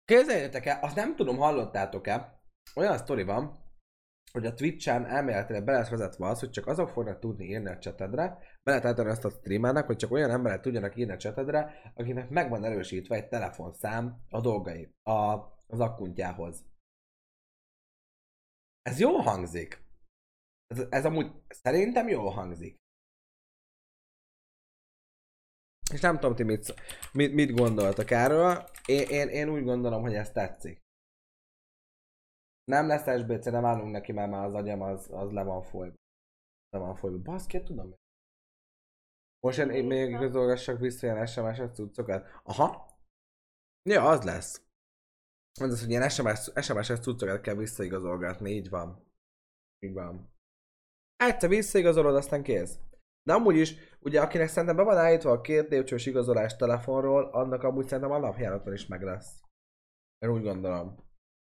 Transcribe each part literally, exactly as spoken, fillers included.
Képzeljétek el, azt nem tudom, hallottátok-e, olyan sztori van, hogy a Twitch-en elméletileg be lesz vezetve az, hogy csak azok fognak tudni írni a chatedre, be lehet állítani azt a streamernek, hogy csak olyan emberek tudjanak írni a chatedre, akinek meg van erősítve egy telefonszám a dolgai, a, az akkuntjához. Ez jól hangzik. Ez, ez amúgy szerintem jól hangzik. És nem tudom, ti mit, mit, mit gondoltak erről. Én, én, én úgy gondolom, hogy ez tetszik. Nem lesz es bé cé, nem állunk neki, mert már az agyam az, az le van folyva. Le van folyva. Baszki, tudom. Most én, én még igazolgassak vissza ilyen es em es-es cuccokat. Aha. Ja, az lesz. Az az, hogy ilyen es em es, es em es-es cuccokat kell visszaigazolgatni, így van. Így van. Egyszer visszaigazolod, aztán kész. De amúgy is, ugye akinek szerintem be van állítva a két lépcsős igazolás telefonról, annak amúgy szerintem a napjáraton is meg lesz. Én úgy gondolom.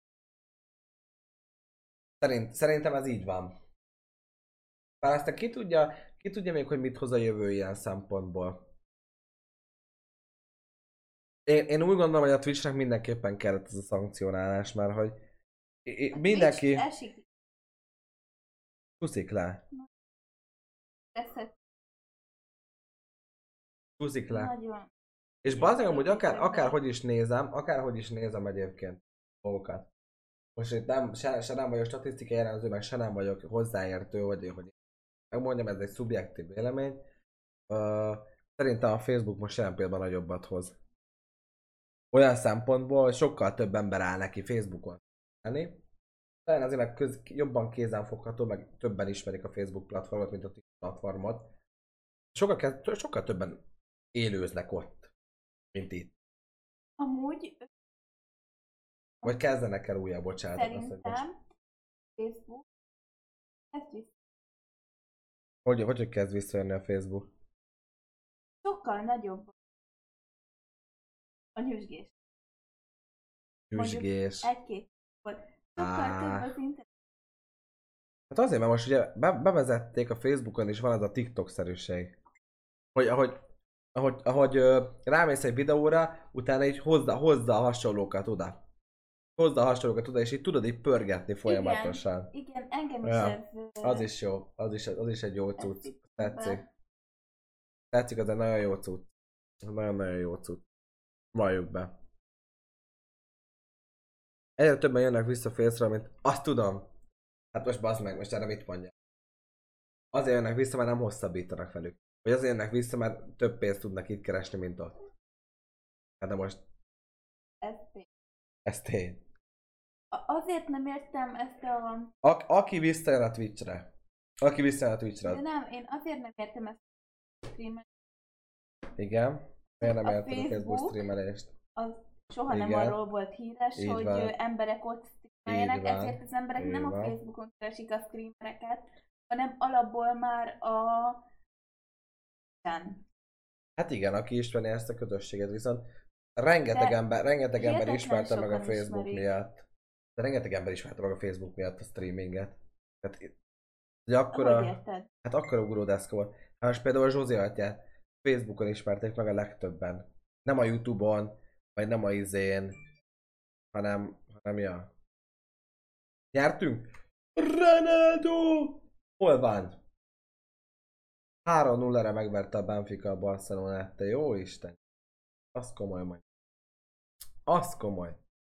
Szerint, szerintem ez így van. Bár aztán ki tudja, ki tudja még, hogy mit hoz a jövő ilyen szempontból. Én, én úgy gondolom, hogy a Twitchnek mindenképpen kellett ez a szankcionálás, mert hogy I- mindenki... Kuszik le. Kuszik le. Nagyon. És bazdmeg amúgy akár, akárhogy is nézem, akárhogy is nézem egyébként dolgokat. Most itt nem, se, se nem vagyok statisztikai jellemző, meg se nem vagyok hozzáértő, hogy, hogy megmondjam, ez egy szubjektív vélemény. Uh, szerintem a Facebook most jelen pillanatban nagyobbat hoz. Olyan szempontból, hogy sokkal több ember áll neki Facebookon lenni. Talán azért meg köz, jobban kézenfogható, meg többen ismerik a Facebook platformot, mint a Twitter platformot. Sokkal, sokkal többen élőznek ott, mint itt. Amúgy... Vagy kezdenek el újra, bocsánat. Szerintem Facebook ez visz. Hogy, hogy, hogy kezd visszajönni a Facebook? Sokkal nagyobb a nyüzsgés. Nyüzsgés. Egy-két volt. Sokkal Á. több az internet. Hát azért, mert most ugye be, bevezették a Facebookon is, van ez a TikTok-szerűség. Hogy ahogy, ahogy, ahogy ö, rámész egy videóra, utána így hozza, hozza a hasonlókat oda. Hozza a hasonlókat oda, és így tudod így pörgetni folyamatosan. Igen, igen, engem is Ja. ez... Az is jó, az is, az is egy jó cucc. itt Tetszik. be. Tetszik, az egy nagyon jó cucc. Nagyon-nagyon jó cucc. Valljuk be. Egyre többen jönnek vissza Face-ra, mint azt tudom. Hát most bazd meg, most erre mit mondjak? Azért jönnek vissza, mert nem hosszabbítanak velük. Vagy azért jönnek vissza, mert több pénzt tudnak itt keresni, mint ott. Hát de most... Ez tény. Ez tény. A- Azért nem értem ezt a... A- aki visszajön a Twitchre. Aki visszajön a Twitchre. De nem, én azért nem értem ezt a streamet. Igen. Miért nem A érted a Facebook Facebook streamelést? Az soha nem Igen. arról volt híres, Így hogy van. ö, emberek ott Így streameljenek, van. ezért az emberek Így nem van. a Facebookon keresik a streamereket, hanem alapból már a... Hát igen, aki ismeri ezt a közösséget, viszont rengeteg De ember, rengeteg ember hihetetlen ismerte meg a sokan Facebook ismerik. miatt. De rengeteg ember ismerte meg a Facebook miatt a streaminget. Hát, ugye Hogy akkora, érted? hát akkora ugródeszka volt. Hát most például a Zsózi atyát Facebookon ismerték meg a legtöbben. Nem a Youtube-on, vagy nem a izén, hanem, hanem ja. Nyertünk? Ronaldo! Hol van? három nulla-ra megverte a Benfica a Barcelonát, te jó Isten! Az komoly majd. Az komoly.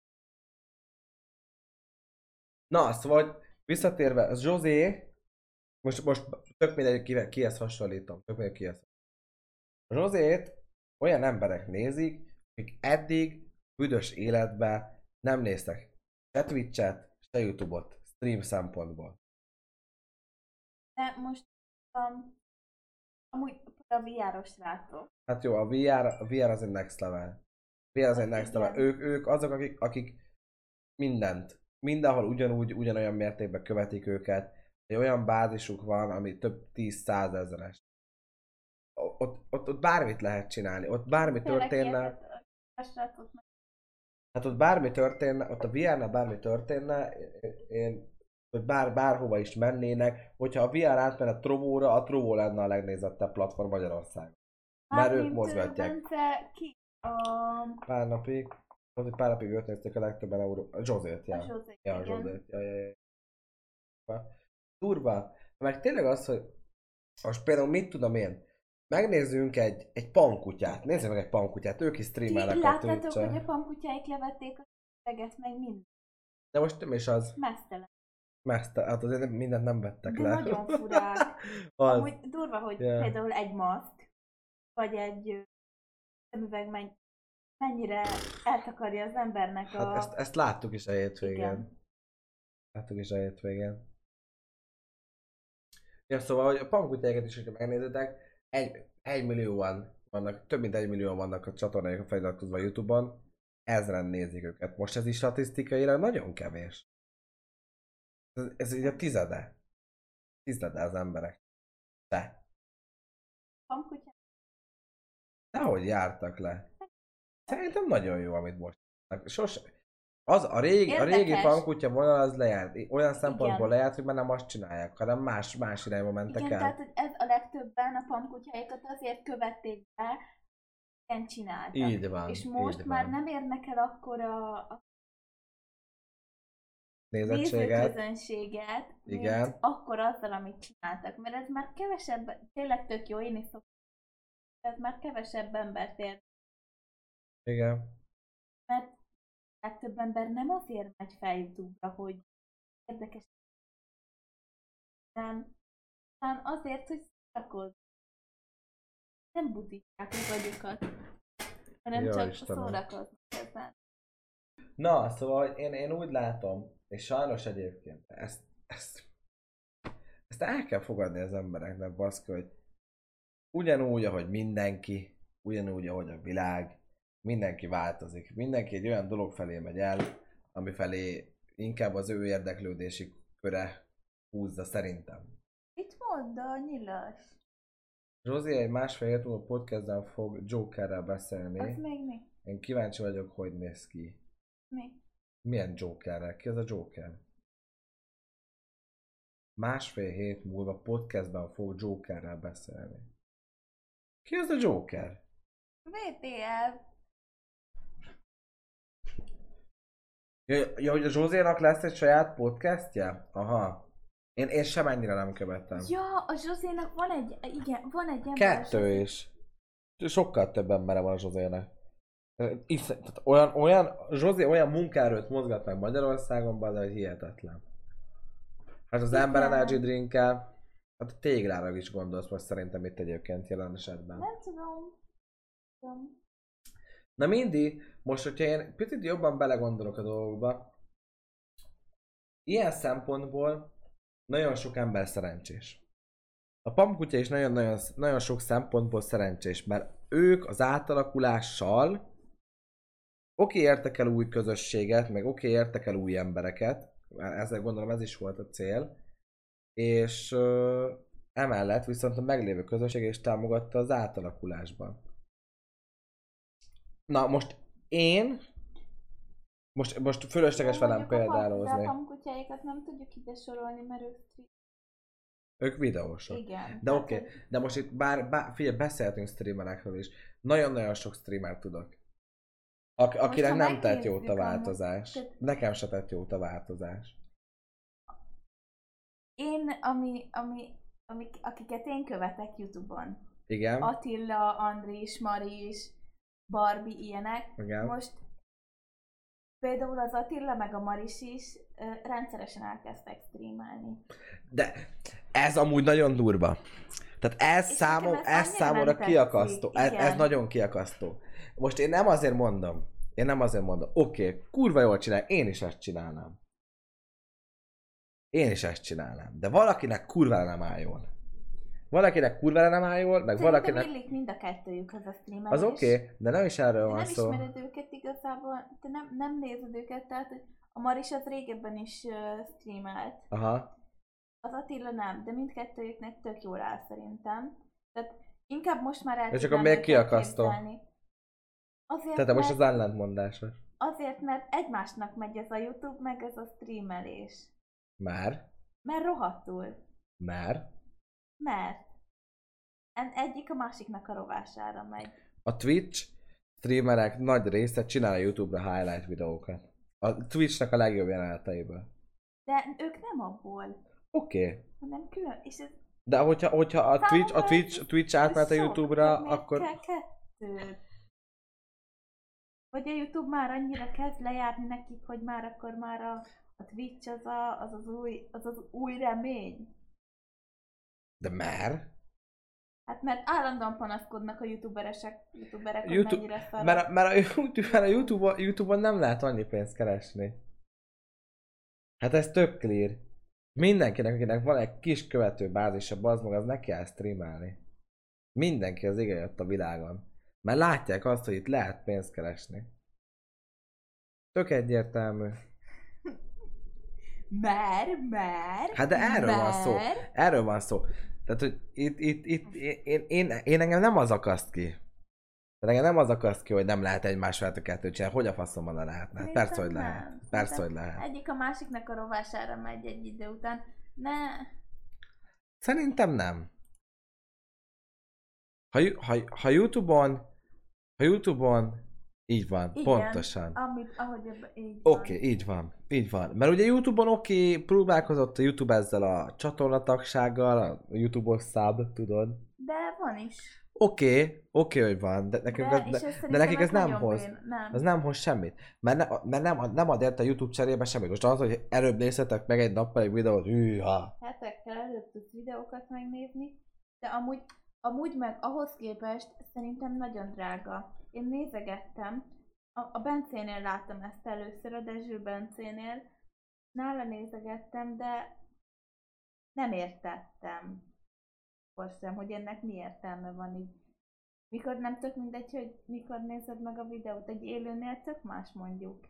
Na, szóval visszatérve, az José, most, most tök mindegy, ki, kihez hasonlítom, tök mindegy, kihez. A Josét olyan emberek nézik, akik eddig büdös életben nem néztek se Twitch-et, se YouTube-ot, stream szempontból. De most um, amúgy a vé er-os srácok. Hát jó, a vé er, a vé er az egy next level. vé er az egy next level. Ők, ők azok, akik, akik mindent, mindenhol ugyanúgy, ugyanolyan mértékben követik őket. Egy olyan bázisuk van, ami több tíz-százezeres. Ott, ott, ott bármit lehet csinálni, ott bármi történne. Hát ott bármi történne, ott a vé er-nál bármi történne, én, hogy bár, bárhova is mennének, hogyha a vé er átmenne Trovóra, a Trovó lenne a legnézettebb platform Magyarországon. Már ők mozgatják. Bence, ki? A... Pár napig. Ott egy pár napig őt nézték a legtöbben Euró... A Zsózét, ja. A Zsózét, Ja, a igen. Zsózét. Ja, ja, ja. Durva. Meg tényleg az, hogy most például mit tudom én, megnézzünk egy, egy pankutyát, nézzük meg egy pankutyát, ők is Ti streamelnek a láttátok, Twitch-en. hogy a pankutyáik levették a szöveget, meg mind De most nem is az, mesztelen. messze, hát azért mindent nem vettek De le. nagyon furák. Az. Amúgy durva, hogy Yeah. például egy maszk, vagy egy ö, szemüveg menny- mennyire eltakarja az embernek a... Hát ezt, ezt láttuk is a hétvégén. Igen. Láttuk is a hétvégén. Ja, szóval, hogy a pankutyákat is, hogyha megnézitek, egy, egy millióan vannak, több mint egy millióan vannak a csatornájuk feliratkozva a Youtube-on, ezren nézik őket. Most ez is statisztikailag nagyon kevés. Ez, ez így a tizede. Tizede az emberek. Te. Pankutya? Dehogy jártak le. Szerintem nagyon jó, amit most. Sose. Az a régi, a régi Érdekes. fankutya vonal az lejárt. Olyan szempontból Igen. lejárt, hogy már nem azt csinálják, hanem más, más irányba mentek Igen, el. tehát hogy ez a legtöbben a pankutyaikat azért követték be, ilyen csináltak. Így van. És most így már van. nem érnek el akkora a Nézettséget. nézőközönséget, Igen. mint akkor azzal, amit csináltak. Mert ez már kevesebb, tényleg tök jó, én is szoktam, ez már kevesebb embert ér. Igen. Mert legtöbb ember nem azért megy fel YouTube-ra, hogy érdekes, nem, hanem azért, hogy szórakozz. Nem butítják az agyukat, hanem Jó csak Istenem. szórakoznak ezzel. Na, szóval én, én úgy látom, és sajnos egyébként ezt, ezt, ezt el kell fogadni az embereknek, baszki, hogy ugyanúgy, ahogy mindenki, ugyanúgy, ahogy a világ, mindenki változik. Mindenki egy olyan dolog felé megy el, ami felé inkább az ő érdeklődési köre húzza szerintem. Mit mond a nyilas? Zsózi egy másfél hét múlva podcastben fog Jokerrel Az beszélni. még mi? Én kíváncsi vagyok, hogy néz ki. Mi? Milyen Jokerrel? Ki az a Joker? Másfél hét múlva podcastben fog Jokerrel beszélni. Ki az a Joker? vé té ef. Ja, ja, hogy a Zsózénak lesz egy saját podcastja? Aha. Én, én sem ennyire nem követem. Ja, a Zsózénak van egy, igen, van egy ember. Kettő is. Sokkal több embere van a Zsózének. Isz, tehát olyan, olyan, Zsózé olyan munkaerőt mozgat meg Magyarországon, de hogy hihetetlen. Hát az Igen. ember energy drinkkel, hát a téglára is gondolsz most szerintem itt egyébként jelen esetben. Nem tudom. tudom. Na mindig, most hogyha én picit jobban belegondolok a dolgokba, ilyen szempontból nagyon sok ember szerencsés. A pamkutya is nagyon-nagyon nagyon sok szempontból szerencsés, mert ők az átalakulással oké, okay, értek el új közösséget, meg oké, okay, értek el új embereket, ezzel gondolom ez is volt a cél, és ö, emellett viszont a meglévő közösség is támogatta az átalakulásban. Na most én, most, most fölösleges velem Mondjuk a pam- példálózni. De a pamkutyáikat nem tudjuk ide sorolni, mert ők stream. Ők videósok. Igen. De tehát, oké, okay. hogy- de most itt bár, bár figyelj, beszéltünk streamerekről is. Nagyon-nagyon sok streamer tudok. Ak- akinek ha nem tett megnézzük jót a a- változás. tehát- Nekem se tett jót a változás. Én, ami, ami, ami, akiket én követek YouTube-on, Igen? Attila, Andris, Maris, Barbie, ilyenek, Igen. most például az Attila meg a Maris is ö, rendszeresen elkezdtek streamelni. De ez amúgy nagyon durva. Tehát ez, És számom, nekem ez ez annyira számomra nem tetszik, kiakasztó. Ez, igen. ez nagyon kiakasztó. Most én nem azért mondom. Én nem azért mondom. Oké, okay, kurva jól csinál, én is ezt csinálnám. Én is ezt csinálnám. De valakinek kurvára nem áll jól. Valakinek kurvára nem áll jól, meg Szerintem valakinek... illik mind a kettőjükhöz a streamelés. Az oké, okay, de nem is erről Te van nem szó. ismered őket igazából, te nem, nem nézed őket, tehát hogy a Maris az régebben is uh, streamelt. Aha. Az Attila nem, de mindkettőjüknek tök jól áll szerintem. Tehát inkább most már el És tudnám akkor miért őket kiakasztó? képzelni. Azért, Tehát most mert, az ellentmondásos. azért, mert egymásnak megy ez a YouTube, meg ez a streamelés. Már? Mert rohadtul. Már? Mert en- egyik a másiknak a rovására megy. A Twitch streamerek nagy része csinál a YouTube-ra highlight videókat. A Twitch-nek a legjobb jeleneteiből. De ők nem abból, Oké. Okay. hanem külön, és ez De hogyha, hogyha a Twitch, a Twitch, a Twitch átmehet a sok, YouTube-ra, de miért akkor... kell kettőt? Vagy a YouTube már annyira kezd lejárni nekik, hogy már akkor már a, a Twitch az, a, az, az, új, az az új remény. De már? Hát mert állandóan panaszkodnak a youtuberesek, youtuberek, hogy YouTube, mennyire szarok. mert a, mert a, YouTube, mert a YouTube-on, YouTube-on nem lehet annyi pénzt keresni. Hát ez tök clear. Mindenkinek, akinek van egy kis követő bázisa, bazd meg, az ne kell streamelni. Mindenki az igen jött a világon. Mert látják azt, hogy itt lehet pénzt keresni. Tök egyértelmű. Mer, mer, Hát de erről mer. van szó. Erről van szó. Tehát, hogy itt, itt, itt én, én, én engem nem az akaszt ki. Tehát engem nem az akaszt ki, hogy nem lehet egymás felett a kettőt csinálni. Hogy a faszomban ne lehetne? Hát persze, hogy lehet. Nem. Persze, Szerintem hogy lehet. Egyik a másiknak a rovására megy egy idő után. Ne. Szerintem nem. Ha, ha, ha YouTube-on, ha YouTube-on, így van, Igen, pontosan. Amit, ahogy ebben így Oké, okay, így van, így van. Mert ugye YouTube-on oké, okay, próbálkozott a YouTube ezzel a csatornatagsággal, a YouTube-os száb, tudod. De van is. Oké, okay, oké, okay, hogy van, de, nekünk, De, de, de, de nekik ez nem nagyon hoz. bén, nem. Az nem hoz semmit. Mert, ne, mert nem, nem ad érte a YouTube cserébe semmit. Most az, hogy előbb nézhetek meg egy nappal egy videót, hűha. Hetekkel előtt tudsz videókat megnézni, de amúgy, amúgy meg ahhoz képest szerintem nagyon drága. Én nézegettem, a, a Bencénél láttam ezt először, a Dezső Bencénél, nála nézegettem, de nem értettem. Most sem, hogy ennek mi értelme van így. Mikor nem tök mindegy, hogy mikor nézed meg a videót, egy élőnél tök más mondjuk.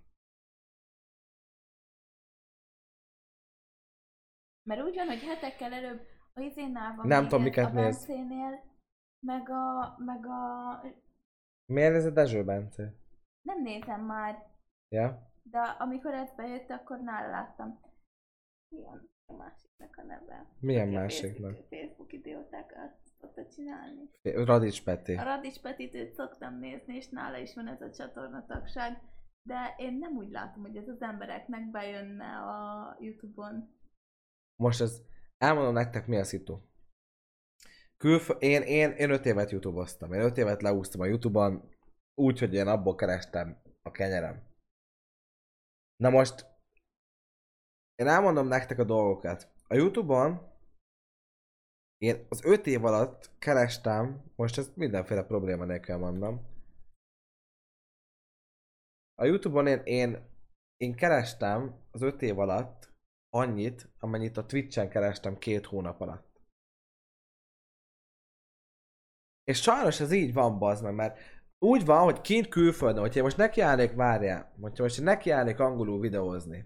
Mert úgy van, hogy hetekkel előbb a izénál van Nem még tudom, ez, miket a néz. Bencénél, meg a, meg a... Miért ez a Dezső Bence? Nem nézem már, Ja? de amikor ez bejött, akkor nála láttam. Milyen a másiknak a neve? Milyen Aki a másiknak? Facebook, Facebook idiótákat szokta csinálni. Radics Peti. A Radics Petit őt szoktam nézni, és nála is van ez a csatornatagság, de én nem úgy látom, hogy ez az embereknek bejönne a YouTube-on. Most ez, elmondom nektek mi a szitu. Külf- én, én, én öt évet YouTube-oztam. Én öt évet leúztam a YouTube-on, úgy, hogy én abból kerestem a kenyerem. Na most, én elmondom nektek a dolgokat. A YouTube-on én az öt év alatt kerestem, most ezt mindenféle probléma nélkül mondom. A YouTube-on én, én, én kerestem az öt év alatt annyit, amennyit a Twitch-en kerestem két hónap alatt. És sajnos ez így van, bazd meg, mert úgy van, hogy kint külföldön, hogyha most nekiállnék, várjál, hogyha most nekiállnék angolul videózni.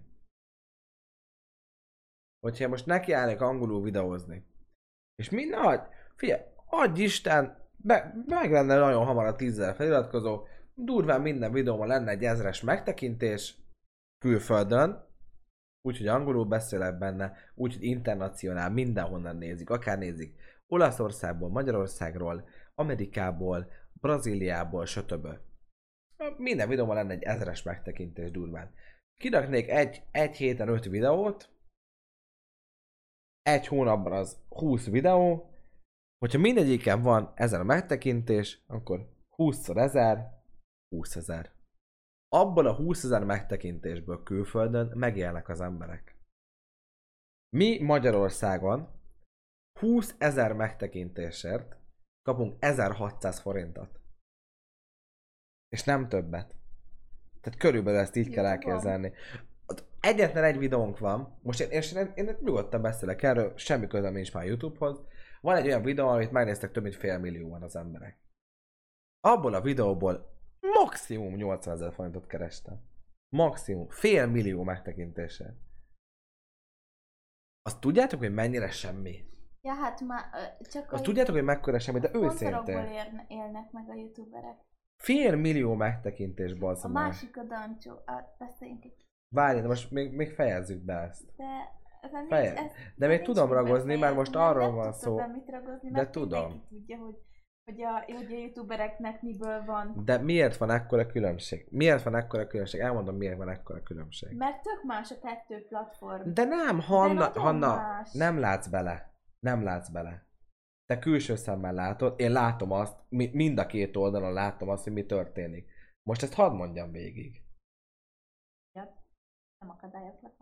Hogyha most nekiállnék angolul videózni. És mi nagy, figyelj, adj Isten, be, meg lenne nagyon hamar a tízezer feliratkozó, durván minden videóban lenne egy ezres megtekintés külföldön, úgyhogy angolul beszélek benne, úgyhogy internacionál, mindenhonnan nézik, akár nézik Olaszországból, Magyarországról, Amerikából, Brazíliából, stb. Minden videóban lenne egy ezres megtekintés durván. Kiraknék egy, egy héten öt videót, egy hónapban az húsz videó, hogyha mindegyiken van ezer megtekintés, akkor húszszor ezer, húszezer. Abból a húszezer megtekintésből külföldön megélnek az emberek. Mi Magyarországon húszezer megtekintésért kapunk ezerhatszáz forintot. És nem többet. Tehát körülbelül ezt így kell elképzelni. Egyetlen egy videónk van, most én, én, én, én nyugodtan beszélek erről, semmi közöm nincs már YouTube-hoz. Van egy olyan videó, amit megnéztek több mint fél millióan az emberek. Abból a videóból maximum nyolcvanezer forintot kerestem. Maximum. Fél millió megtekintéssel. Azt tudjátok, hogy mennyire semmi? Ja, hát már csak Azt tudjátok, hogy mekkora semmi, de őszintén. élne, élnek meg a youtuberek. Fél millió megtekintés, bazd A meg. másik a Dancsó, hát beszéljünk egy. Várj, de most még, még fejezzük be ezt. De, ezen Feje... nincs, ez, de még tudom ragozni, mert most arról van nem szó. Nem mit ragozni, de mert tudom. mindenki tudja, hogy, Hogy a, hogy a youtubereknek miből van. De miért van ekkora különbség? Miért van ekkora különbség? Elmondom, miért van ekkora különbség. Mert tök más a kettő platform. De nem, Hanna, De Hanna, más. nem látsz bele. Nem látsz bele. Te külső szemmel látod, én látom azt, mi, mind a két oldalon látom azt, hogy mi történik. Most ezt hadd mondjam végig. Ja, nem akadályoklak.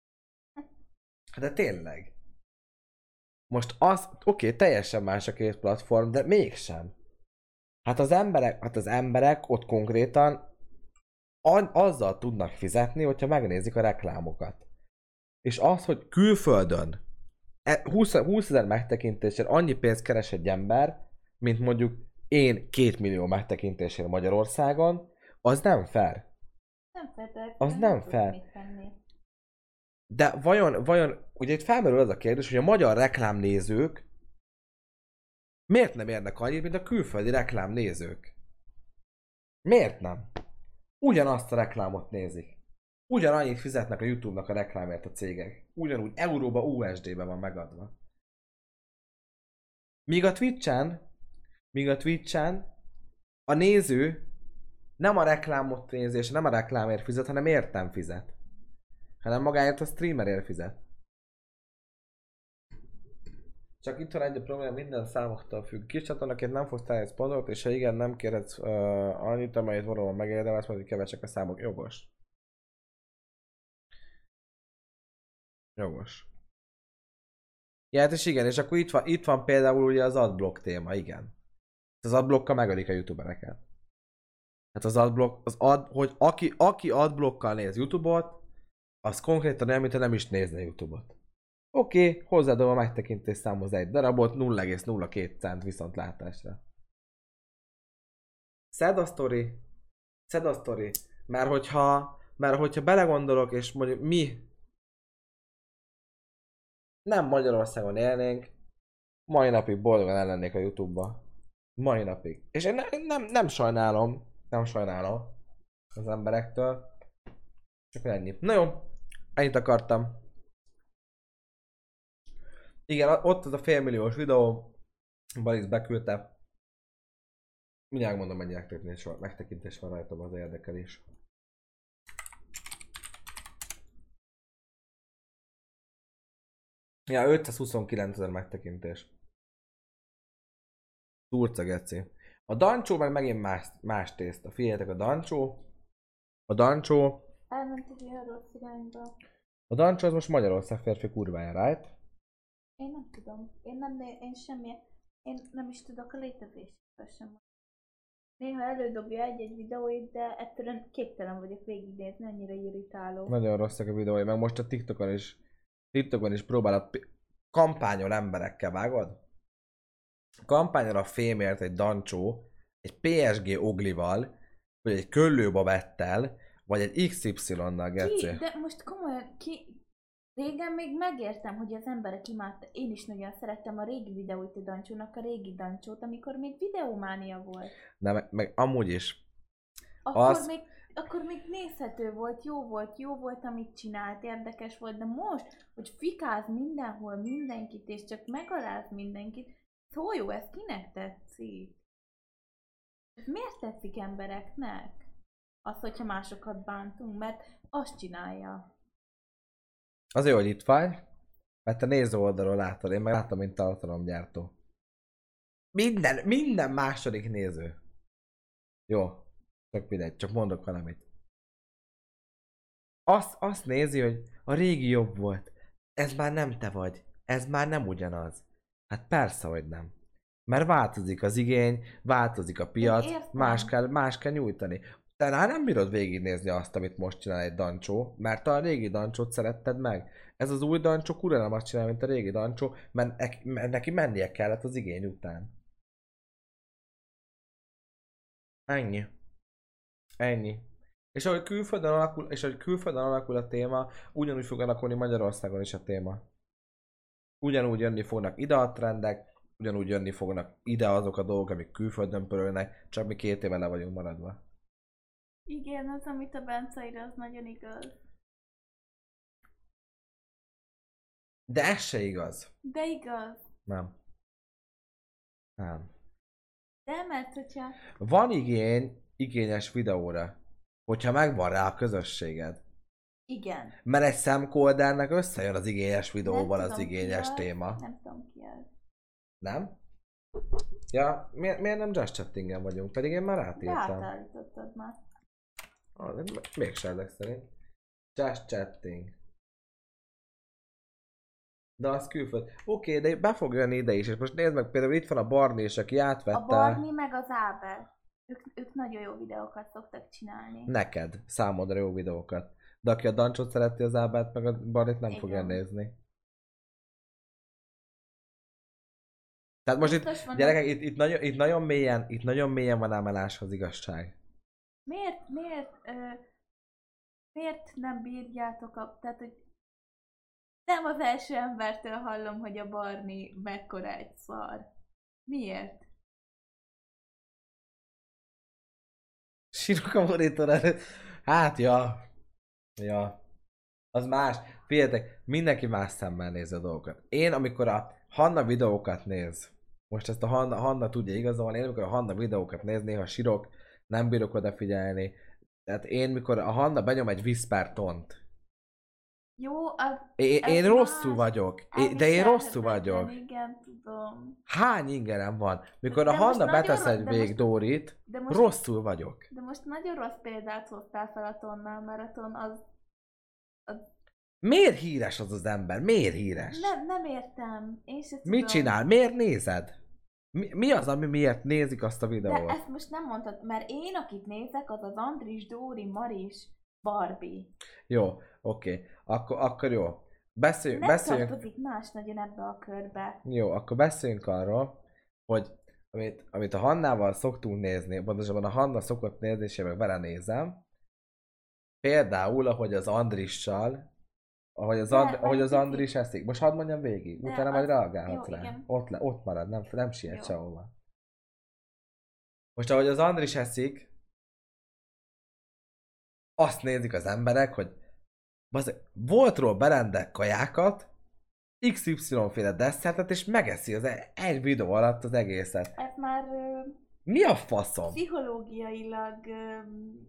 De tényleg. Most az, oké, okay, teljesen más a két platform, de mégsem. Hát az emberek, hát az emberek ott konkrétan a, azzal tudnak fizetni, hogyha megnézik a reklámokat. És az, hogy külföldön húsz ezer megtekintésért annyi pénzt keres egy ember, mint mondjuk én két millió megtekintésért Magyarországon, az nem fair. Nem fair, Az nem fair. De vajon, vajon, ugye itt felmerül az a kérdés, hogy a magyar reklámnézők miért nem érnek annyit, mint a külföldi reklámnézők? Miért nem? Ugyanazt a reklámot nézik. Ugyanannyit fizetnek a YouTube-nak a reklámért a cégek. Ugyanúgy euróba, u es dé-be van megadva. Míg a Twitch-en, míg a Twitch-en a néző nem a reklámot nézi, és nem a reklámért fizet, hanem értem fizet. Hanem magáért a streamerért fizet. Csak itt van egy a probléma, minden számoktól függ. Kis csatornaként nem fogsz találni szponzort, és ha igen, nem kérhetsz uh, annyit, amelyet valóban megérdemelsz, mert kevecsek a számok. Jogos. Jogos. Ja, hát és igen, és akkor itt van, itt van például ugye az adblock téma, igen. Az adblockkal megölik a youtubereket. Hát az adblock, az ad, hogy aki, aki adblockkal néz YouTube-ot, az konkrétan olyan, mintha nem is nézne YouTube-ot. Oké, okay, hozzáadom a megtekintés számhoz egy darabot, nulla egész nulla két cent viszontlátásra. Szed a sztori, szed a sztori, mert hogyha, mert hogyha belegondolok, és mondjuk mi nem Magyarországon élnénk, mai napig boldogan ellennék a YouTube-ba. Mai napig. És én ne, nem, nem sajnálom, nem sajnálom az emberektől. Csak ennyi. Na jó, ennyit akartam. Igen, ott az a félmilliós videó, Balisz beküldte. Mindjárt mondom, mennyi megtekintés van, megtekintés van rajtam, az érdekelés. Ja, ötszázhuszonkilencezer megtekintés. Turca geci. A Dancsó meg megint más, más tészta. Figyeljetek, a Dancsó. A Dancsó. Elment egy ilyen rossz irányba. A Dancsó az most Magyarország férfi kurvája, right? Én nem tudom. Én nem, né- én semmi, én nem is tudok a létezésről sem. Néha elődobja egy-egy videóit, de egyszerűen képtelen vagyok végignézni, annyira irritáló. Nagyon rosszak a videói, meg most a TikTokon is, TikTokon is próbálod kampányol emberekkel, vágod? Kampányol a fémért egy Dancsó, egy pé es gé oglival, vagy egy Köllő Babettel, vagy egy iksz ipszilonnal, geci. Ki? De most komolyan, ki? Régen még megértem, hogy az emberek imádta. Én is nagyon szerettem a régi videóit a Dancsónak, a régi Dancsót, amikor még videómánia volt. De meg, meg amúgy is. Akkor, Az... még, akkor még nézhető volt, jó volt, jó volt, amit csinált, érdekes volt, de most, hogy fikáz mindenhol mindenkit, és csak megaláz mindenkit, szó jó, ez kinek tetszik? Miért tetszik embereknek? Az, hogyha másokat bántunk, mert azt csinálja. Azért, hogy itt vagy, mert te néző oldalról látod, én meg látom, mint tartalomgyártó. Minden, minden második néző. Jó, csak mindegy, csak mondok valamit. Azt, azt nézi, hogy a régi jobb volt. Ez már nem te vagy. Ez már nem ugyanaz. Hát persze, hogy nem. Mert változik az igény, változik a piac, más kell, más kell nyújtani. Te rá nem bírod végignézni azt, amit most csinál egy Dancsó, mert a régi Dancsót szeretted meg. Ez az új Dancsó kurva nem azt csinál, mint a régi Dancsó, mert neki mennie kellett az igény után. Ennyi. Ennyi. És ahogy külföldön alakul, és ahogy külföldön alakul a téma, ugyanúgy fog alakulni Magyarországon is a téma. Ugyanúgy jönni fognak ide a trendek, ugyanúgy jönni fognak ide azok a dolgok, amik külföldön pörölnek, csak mi két éve le vagyunk maradva. Igen, az, amit a Bence ír, az nagyon igaz. De ez se igaz. De igaz. Nem. Nem. De mert hogyha... Van igény igényes videóra, hogyha megvan rá a közösséged. Igen. Mert egy szemkoldernek összejön az igényes videóval Nem az tudom, igényes ki az, téma. Nem tudom ki az. Nem? Ja, miért, miért nem just chatting-en vagyunk? Pedig én már De átírtam. átállítottad már. Ah, mégsem ezek szerint. Just chatting. De az külföld. Oké, okay, de be fog jönni ide is, és most nézd meg, például itt van a Barni is, aki átvette... A Barni meg az Ábel. Ők, ők nagyon jó videókat szoktak csinálni. Neked, számodra jó videókat. De aki a Dancsot szereti, az Ábelt, meg a Barnit nem Igen. fogja nézni. Tehát most Biztos itt, van, gyerekek, itt, itt, nagyon, itt, nagyon mélyen, itt nagyon mélyen van emeláshoz igazság. Miért, miért, ö, miért nem bírjátok a... Tehát, hogy nem az első embertől hallom, hogy a Barni mekkora egy szar. Miért? Sírok a monitor előtt. Hát, ja. Ja. Az más. Figyeljetek, mindenki más szemmel nézi a dolgokat. Én, amikor a Hanna videókat néz, most ezt a Hanna, Hanna tudja igazolni, én amikor a Hanna videókat néz, néha sírok, nem bírok odafigyelni. Tehát én, mikor a Hanna benyom egy Whispertont, Jó, az... én, ez én más. rosszul vagyok. Én, de én rosszul Elviselhetetlen, vagyok. Igen, tudom. Hány ingerem van? Mikor De a most Hanna nagyon betesz rossz- egy de vég most- Dórit, De most, rosszul vagyok. de most nagyon rossz példát hoztál fel a Tonnal, mert a Ton az... Miért híres az az ember? Miért híres? Nem, nem értem. Én se tudom. Mit csinál? Miért nézed? Mi, mi az, ami miért nézik azt a De videót? ezt most nem mondtad, mert én, akit nézek, az az Andris, Dóri, Maris, Barbie. Jó, oké. Akkor, akkor jó. Beszéljünk, Nem beszéljünk. tartozik más nagyon ebbe a körbe. Jó, akkor beszéljünk arról, hogy amit, amit a Hannával szoktunk nézni, pontosabban a Hanna szokott nézni, és én meg vele nézem. Például, ahogy az Andrissal, ahogy az, De, And, vagy ahogy az picit. Andris eszik. Most hadd mondjam végig, De utána az- majd reagálhatsz jó, rá. igen. Ott, le, ott marad, nem, nem siet Jó. sehova. Most ahogy az Andris eszik, azt nézik az emberek, hogy bazeg, boltról berendel kajákat, iksz ipszilon féle desszertet, és megeszi az e- egy videó alatt az egészet. Ez már ö, Mi a faszom? pszichológiailag ö,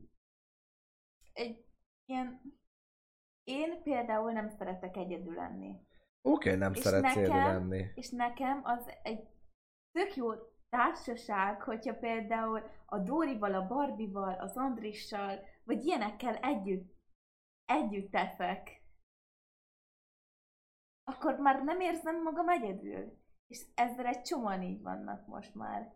egy ilyen... Én például nem szeretek egyedül lenni. Oké, okay, nem És szeretsz nekem- élni lenni. És nekem az egy tök jó társaság, hogyha például a Dórival, a Barbival, az Andrissal, vagy ilyenekkel együtt, együtt teszek. Akkor már nem érzem magam egyedül. És ezzel egy csomóan így vannak most már.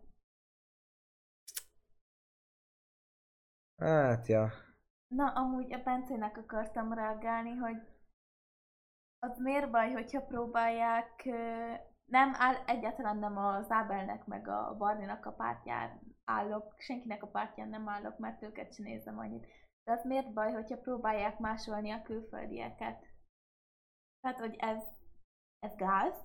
Hát, ja. Na, amúgy a Bencének akartam reagálni, hogy az miért baj, hogyha próbálják, ö, nem áll, egyáltalán nem az Ábelnek meg a Barninak a pártján állok, senkinek a pártján nem állok, mert őket sem nézem annyit. De az miért baj, hogyha próbálják másolni a külföldieket? Tehát, hogy ez, ez gáz?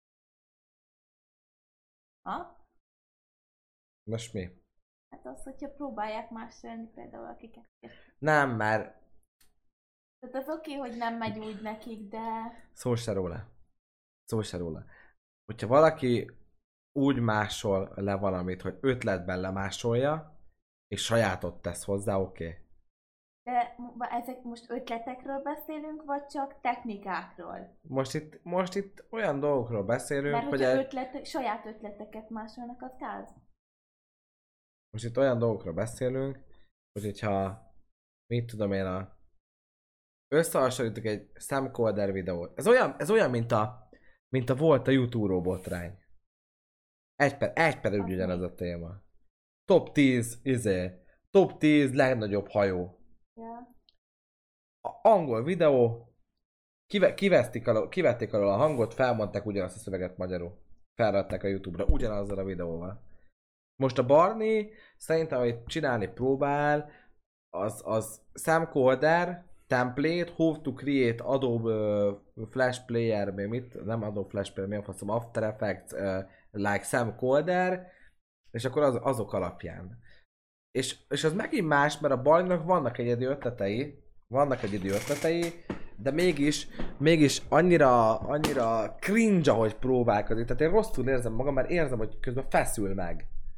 Ha? Most mi? Hát az, hogyha próbálják másolni például akiket. Nem, mert Tehát az oké, hogy nem megy úgy nekik, de... szó se róla. Szó se róla. Hogyha valaki úgy másol le valamit, hogy ötletben lemásolja, és sajátot tesz hozzá, oké. Okay. De mo- ezek most ötletekről beszélünk, vagy csak technikákról? Most itt, most itt olyan dolgokról beszélünk, Mert hogy hogyha el... ötlet, saját ötleteket másolnak, az gáz. most itt olyan dolgokról beszélünk, hogy hogyha, mit tudom én, a... összehasonlítok egy Samcolder videót. Ez olyan, ez olyan, mint a, mint a volt a YouTube botrány. Egy per, egy per Az ugyanez mi? a téma. Top tíz, izé, top tíz legnagyobb hajó. Ja. A angol videó, kive, kivesztik alól, kivették alól a hangot, felmondták ugyanazt a szöveget magyarul. Felratták a YouTube-ra ugyanazzal a videóval. Most a Barney szerintem, amit csinálni próbál, az, az Camcorder template, how to create Adobe uh, Flash Player, még mit, nem Adobe Flash Player, mi a faszom, After Effects, uh, like Camcorder, és akkor az, azok alapján. És, és az megint más, mert a Barneynak vannak egyedi ötletei, vannak egyedi ötletei, de mégis, mégis annyira, annyira cringe, ahogy próbálkozik. Tehát én rosszul érzem magam, mert érzem, hogy közben feszül meg.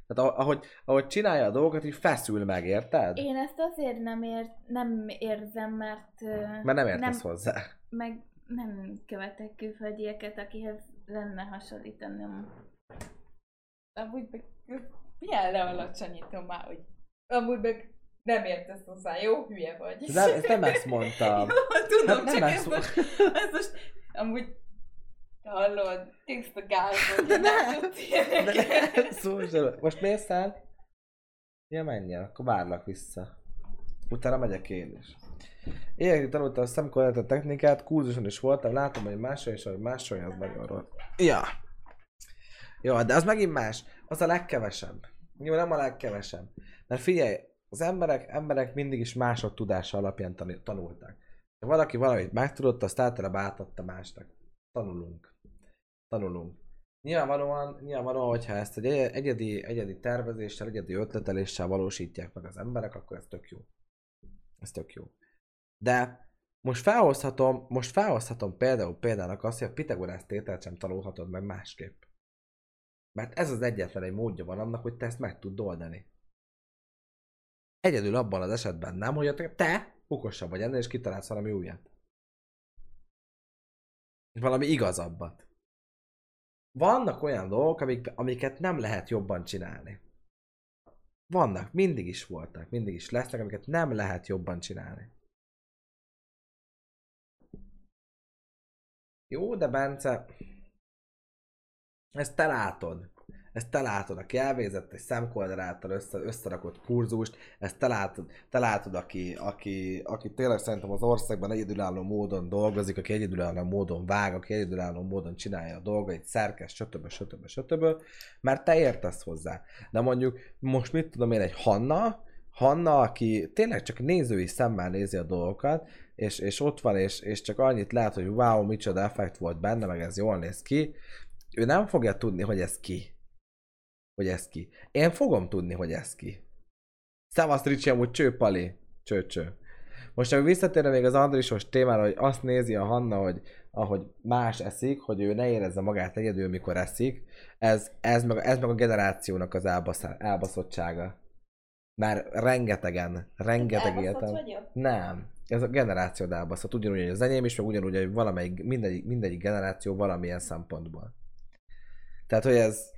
Tehát ahogy, ahogy csinálja a dolgokat, így feszül meg, érted? Én ezt azért nem, ér, nem érzem, mert... ö, Mert nem értesz nem, hozzá. meg nem követek külföldieket, akihez lenne hasonlítanom. Amúgy meg... Milyen lealacsonyítom már, hogy... Amúgy meg nem értesz hozzá, jó? Hülye vagy. De nem, ezt nem ezt mondtam. Jó, tudom, Hát nem csak ezt ez mondtam. most, ez most... Amúgy... Hallod, tiszta gázol, De ne! nem tudsz De ilyeneket. ne! Szó sem. Most mész el? Ja, menjél, akkor várlak vissza. Utána megyek én is. Évekig tanultam a szemkorlátó technikát, kurzuson is voltam, látom, hogy máshol is, hogy máshol az nagyon rossz. Ja. Jó, de az megint más. Az a legkevesebb. Jó, nem a legkevesebb. Mert figyelj, az emberek, emberek mindig is mások tudása alapján tan- tanultak. Ha valaki valamit megtudott, azt általában átadta másnak. Tanulunk. Tanulunk. Nyilvánvalóan, nyilvánvalóan, hogyha ezt egy egyedi, egyedi tervezéssel, egyedi ötleteléssel valósítják meg az emberek, akkor ez tök jó. Ez tök jó. De most felhozhatom, most felhozhatom például példának azt, hogy a Pitagorász tételt sem tanulhatod meg másképp. Mert ez az egyetlen egy módja van annak, hogy te ezt meg tudd oldani. Egyedül abban az esetben nem, hogy te okosabb vagy ennél, és kitalálsz valami újat. Valami igazabbat. Vannak olyan dolgok, amik, amiket nem lehet jobban csinálni. Vannak, mindig is voltak, mindig is lesznek, amiket nem lehet jobban csinálni. Jó, de Bence, ezt te látod. Ezt te látod, aki elvégzett egy szemkoldaláttal össze, összerakott kurzust, ezt te látod, te látod aki, aki, aki tényleg szerintem az országban egyedülálló módon dolgozik, aki egyedülálló módon vág, aki egyedülálló módon csinálja a dolgait, szerkesz, stb. stb. stb. Mert te értesz hozzá. De mondjuk most mit tudom én, egy Hanna, Hanna, aki tényleg csak nézői szemmel nézi a dolgokat, és, és ott van, és, és csak annyit lát, hogy wow, micsoda effekt volt benne, meg ez jól néz ki, ő nem fogja tudni, hogy ez ki. Hogy ez ki. Én fogom tudni, hogy ez ki. Szevasz Ricsi, amúgy cső, Pali. Cső, cső. Most amikor visszatérve még az Andrisos témára, hogy azt nézi a Hanna, hogy ahogy más eszik, hogy ő ne érezze magát egyedül, mikor eszik, ez, ez, meg, ez meg a generációnak az elbasz, elbaszottsága. Mert rengetegen, rengeteg értem. Nem. Ez a generáció elbaszott. Ugyanúgy, hogy az enyém is, meg ugyanúgy, hogy valamelyik, mindegyik, mindegyik generáció valamilyen szempontból. Tehát, hogy ez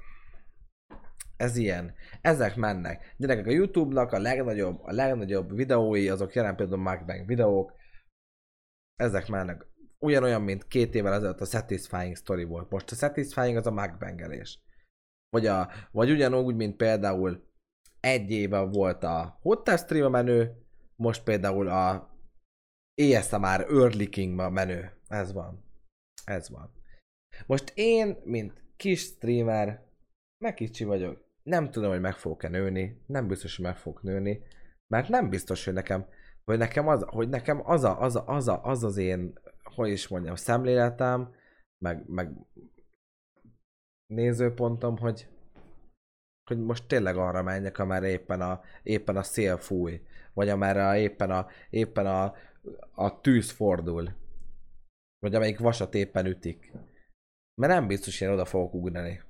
Ez ilyen. Ezek mennek. Gyerekek, a YouTube-nak a legnagyobb, a legnagyobb videói, azok jelen például mukbang videók. Ezek mennek. Ugyanolyan, mint két évvel ezelőtt a Satisfying Story volt. Most a Satisfying az a mukbangelés. Vagy, a, vagy ugyanúgy, mint például egy éve volt a Hot Tub Stream menő, most például a á es em er Early King menő. Ez van. Ez van. Most én, mint kis streamer, meg kicsi vagyok. Nem tudom, hogy meg fogok-e nőni, nem biztos, hogy meg fogok nőni, mert nem biztos, hogy nekem, hogy nekem az, hogy nekem az, a, az, a, az, a, az az én, hogy is mondjam, szemléletem, meg, meg nézőpontom, hogy, hogy most tényleg arra menjek, amerre éppen a, éppen a szél fúj, vagy amerre éppen a, éppen a, a tűz fordul, vagy amelyik vasat éppen ütik. Mert nem biztos, hogy én oda fogok ugrani.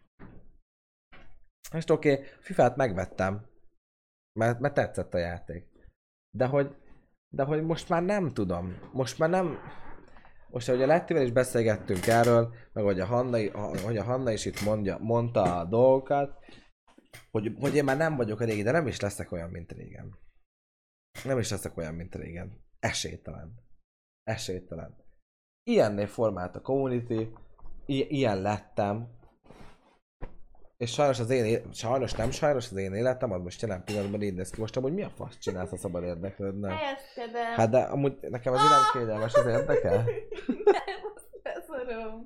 Most oké, okay, fifát megvettem, mert, mert tetszett a játék. De hogy, de hogy most már nem tudom. Most már nem... Most, ahogy a Lettivel is beszélgettünk erről, meg hogy a Hanna, hogy a Hanna is itt mondja, mondta a dolgokat, hogy, hogy én már nem vagyok a régi, de nem is leszek olyan, mint régen. Nem is leszek olyan, mint régen. Esélytelen. Esélytelen. Ilyennél formált a community, I- ilyen lettem, és sajnos az én élet, sajnos nem sajnos az én életem, az most jelen pillanatban így néz ki. Most amúgy mi a fasz csinálsz, a szabad érdeklődne? Helyezkedem. Hát de amúgy nekem az nem kényelmes, az érdekel. Nem, azt beszorom.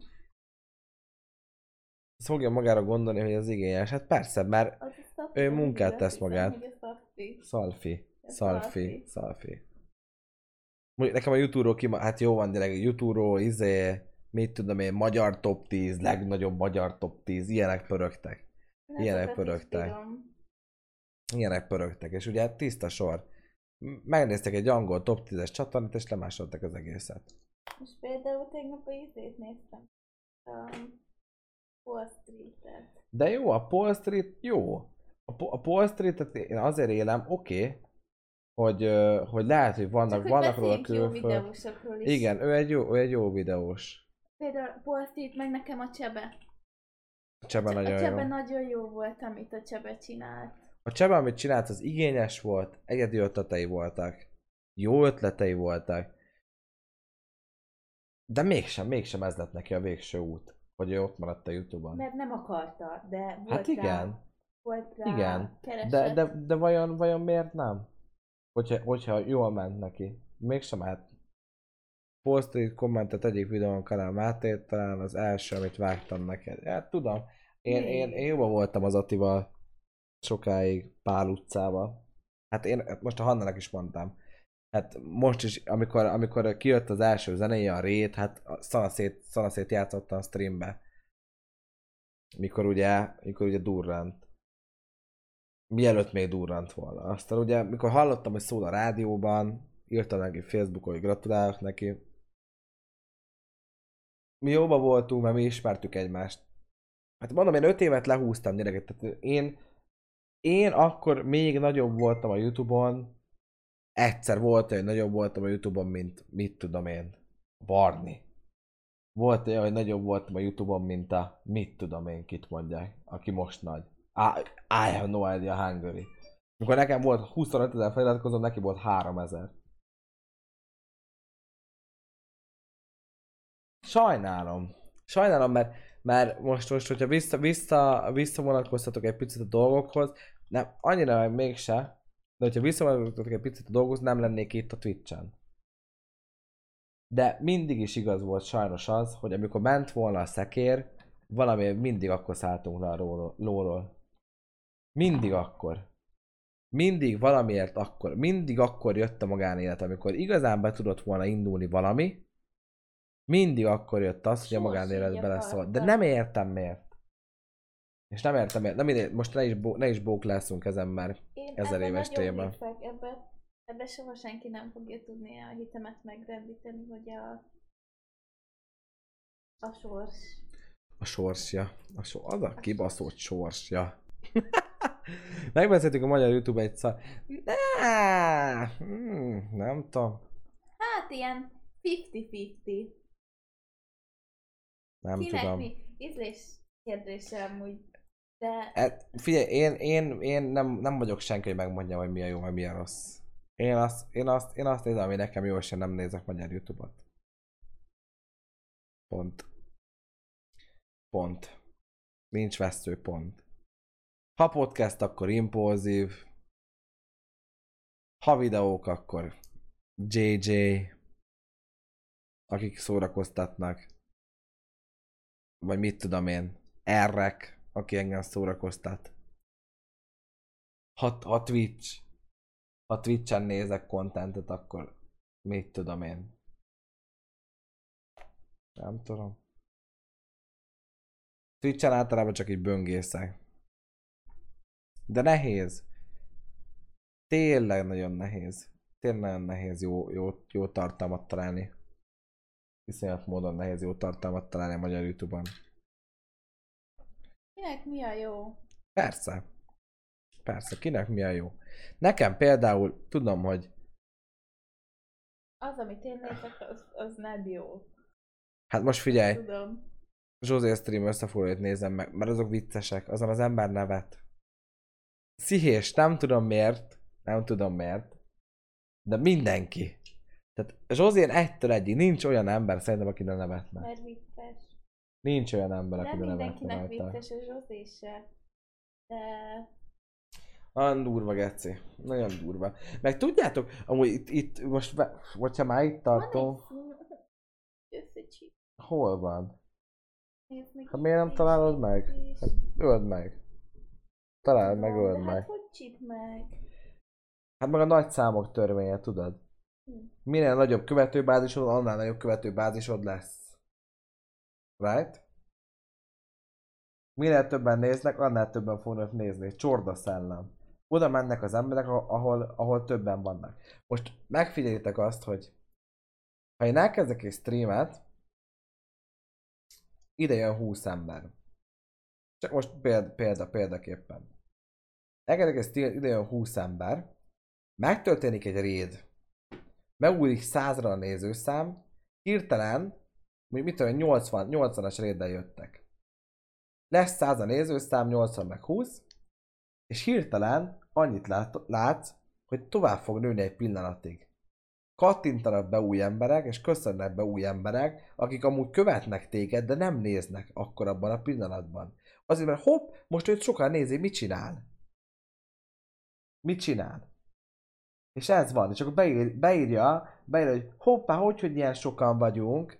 Ezt fogja magára gondolni, hogy az igényes. Hát persze, mert ő munkát tesz magát. Szalfi. Szalfi. Szalfi. Mondjuk nekem a YouTube-ról kima... Hát jó van, de YouTube-ról, izé... Mit tudom én, magyar top tíz, legnagyobb magyar top tíz, ilyenek pörögtek. Ilyenek pörögtek. Ilyenek pörögtek, és ugye tiszta sor. Megnéztek egy angol top tízes csatornát, és lemásoltak az egészet. És például tegnap a izét néztem. A Wall Street-et. De jó, a Wall Street jó. A, Po- a Paul Street-et én azért élem, oké, okay, hogy, ö, hogy lehet, hogy Csak vannak, hogy vannak róla beszéljünk jó külföld. videósokról is. Igen, ő egy jó, ő egy jó videós. Például Paul Street, meg nekem a Csebe. A Csebe A nagyon Csebe jó. nagyon jó volt, amit a Csebe csinált. A Csebe, amit csinált, az igényes volt, egyedi ötletei voltak. Jó ötletei voltak. De mégsem, mégsem ez lett neki a végső út, hogy ő ott maradt a Youtube-on. Mert nem akarta, de volt Hát igen. rá, volt rá Igen. kereset. De, de, de vajon, vajon miért nem? Hogyha, hogyha jól ment neki. Mégsem hát. Paul Street kommentet egyik videón Kanál Máté, talán az első, amit vágtam neked. Hát tudom. Én, én, én jobban voltam az Attival sokáig Pál utcában. Hát én most a Hannának is mondtam. Hát most is, amikor, amikor kijött az első zenéje, a Rét, hát a szanaszét, szanaszét játszottam a streambe. Mikor ugye, mikor ugye durrant. Mielőtt még durrant volna. Aztán ugye, mikor hallottam, hogy szól a rádióban, írtam neki Facebookon, hogy gratulálok neki. Mi jóba voltunk, mert mi ismertük egymást. Hát mondom, én öt évet lehúztam gyereket. Tehát én, én akkor még nagyobb voltam a Youtube-on. Egyszer volt, hogy nagyobb voltam a Youtube-on, mint mit tudom én, Barni. Volt olyan, hogy nagyobb voltam a Youtube-on, mint a mit tudom én, kit mondják, aki most nagy. I, I have no idea Hungary. Mikor nekem volt huszonöt ezer feliratkozom, neki volt háromezer. Sajnálom. Sajnálom, mert, mert most, most, hogyha vissza, vissza, visszavonatkoztatok egy picit a dolgokhoz, nem, annyira meg mégse, de hogyha visszavonatkoztatok egy picit a dolgokhoz, nem lennék itt a Twitch-en. De mindig is igaz volt sajnos az, hogy amikor ment volna a szekér, valami mindig akkor szálltunk le a lóról. lóról. Mindig akkor. Mindig valamiért akkor. Mindig akkor jött a magánélet, amikor igazán be tudott volna indulni valami, mindig akkor jött az, hogy a magánélet beleszól. De nem értem miért. És nem értem miért. Nem ide, most ne is, bó, ne is bóklászunk ezen már ezer éves téma. Ebben ebbe soha senki nem fogja tudni a hitemet megrendíteni, hogy a a sors. A sorsja. A sor, az a kibaszott sorsja. Megbeszéltük a magyar YouTube egyszer. Ne, hmm, nem tudom. Hát ilyen fifty-fifty. Nem Kinek tudom. mi? Ízlés kérdése amúgy. De... E, figyelj, én, én, én nem, nem vagyok senki, hogy megmondjam, hogy mi a jó, vagy mi a rossz. Én azt, én azt, én azt nézem, ami nekem jó, és én nem nézek magyar YouTube-ot. Pont. Pont. Nincs vesző pont. Ha podcast, akkor impulzív. Ha videók, akkor jé jé. Akik szórakoztatnak. Vagy mit tudom én. Errek, aki engem szórakoztat. Ha, ha Twitch. Ha Twitch-en nézek contentet, akkor mit tudom én. Nem tudom. Twitch-en általában csak így böngészek. De nehéz. Tényleg nagyon nehéz. Tényleg nagyon nehéz jó, jó, jó tartalmat találni. Viszonylag módon nehéz jó tartalmat találni a magyar YouTube-on. Kinek mi a jó? Persze. Persze, kinek mi a jó. Nekem például tudom, hogy Az, amit én nézek, az, az nem jó. hát most figyelj, Tudom. Zsózé stream összefoglalóit nézem meg, mert azok viccesek, azon az ember nevet. Szihés, nem tudom miért, nem tudom miért, de mindenki. Tehát Zsózén egytől egyig nincs olyan ember szerintem, aki ne nevetne. Mert vicces. Nincs olyan ember, Nem aki ne nevetne mindenkinek rajta. vicces a Zsozé se. De... Nagyon durva, geci. Nagyon durva. Meg tudjátok, amúgy itt, itt most, ve- hogyha már itt tartom, Van egy összecsip. hol van? Nézd meg. Hát miért nem itt találod is, meg? itt is. Hát öld meg. Találd meg, Tudom, öld de meg. hát hogy csip meg? Hát meg a nagy számok törvénye, tudod? Minél nagyobb követőbázisod, annál nagyobb követőbázisod lesz. Right? Minél többen néznek, annál többen fognak nézni. Csorda szellem. Oda mennek az emberek, ahol, ahol többen vannak. Most megfigyeljétek azt, hogy ha én elkezdek egy streamet, ide jön húsz ember. Csak most példa, példa, példaképpen. Elkezdek ezt idejön húsz ember, megtörténik egy raid, megújlik százra a nézőszám, hirtelen, mit tudom, nyolcvan, nyolcvanas raiddel jöttek. Lesz száz a nézőszám, nyolcvan meg húsz, és hirtelen annyit lát, látsz, hogy tovább fog nőni egy pillanatig. Kattintanak be új emberek, és köszönnek be új emberek, akik amúgy követnek téged, de nem néznek akkor abban a pillanatban. Azért, mert hopp, most őt sokan nézi, mit csinál? Mit csinál? És ez van, és akkor beír, beírja, beírja, hogy hoppá, hogy, hogy ilyen sokan vagyunk.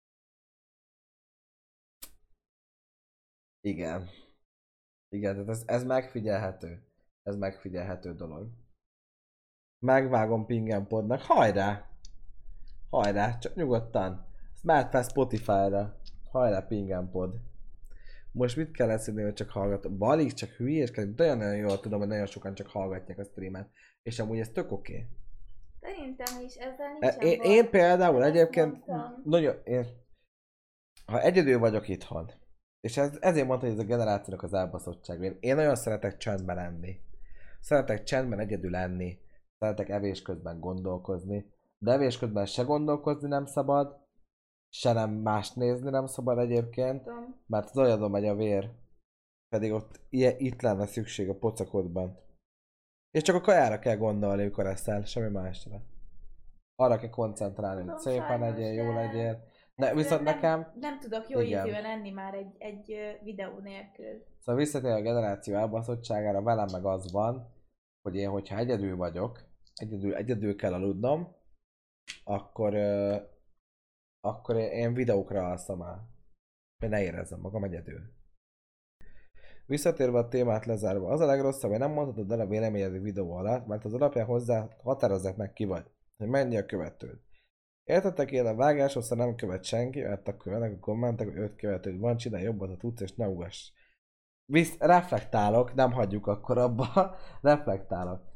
Igen. Igen, tehát ez, ez megfigyelhető. Ez megfigyelhető dolog. Megvágom Pingenpodnak. Hajrá! Hajrá, csak nyugodtan. Ezt mehet fel Spotify-ra. Hajrá Pingenpod. Most mit kell leszedni, hogy csak hallgatom? Balik, csak hülyéskedik. Nagyon-nagyon jól tudom, hogy nagyon sokan csak hallgatják a streamet. És amúgy ez tök oké. Okay. Szerintem is, ezzel nincsen Én, baj. én például Ezt egyébként mondtam. nagyon... Én, ha egyedül vagyok itthon, és ez, ezért mondta, hogy ez a generációnak az elbaszottság. Én, én nagyon szeretek csendben lenni. Szeretek csendben egyedül lenni. Szeretek evés közben gondolkozni. De evés közben se gondolkozni nem szabad, se nem mást nézni nem szabad egyébként, Tudom. mert az agyadon megy a vér. Pedig ott ilyen, itt lenne szükség a pocakodban. És csak a kajára kell gondolni, amikor eszel, semmi másra. Arra kell koncentrálni, hogy Tudom, szépen sajnos, legyél, jó de legyél. De egyszerűen viszont nem, nekem... Nem tudok jó Igen. ízűen enni már egy, egy ö, videó nélkül. Szóval visszatér a generáció elbaszottságára, velem meg az van, hogy én, hogyha egyedül vagyok, egyedül, egyedül kell aludnom, akkor, ö, akkor én videókra alszom el. Hogy ne érezzem magam egyedül. Visszatérve a témát lezárva, az a legrosszabb, hogy nem mondhatod el a véleményed a videó alatt, mert az alapján hozzá határozzák meg ki vagy, hogy mennyi a követőd. Értettek, én a vágáshoz, ha nem követ senki, mert akkor jönnek a kommentek, hogy öt követőd van, csinálj jobbat, ha tudsz, és ne ugass. Visz, reflektálok, nem hagyjuk akkor abba, reflektálok.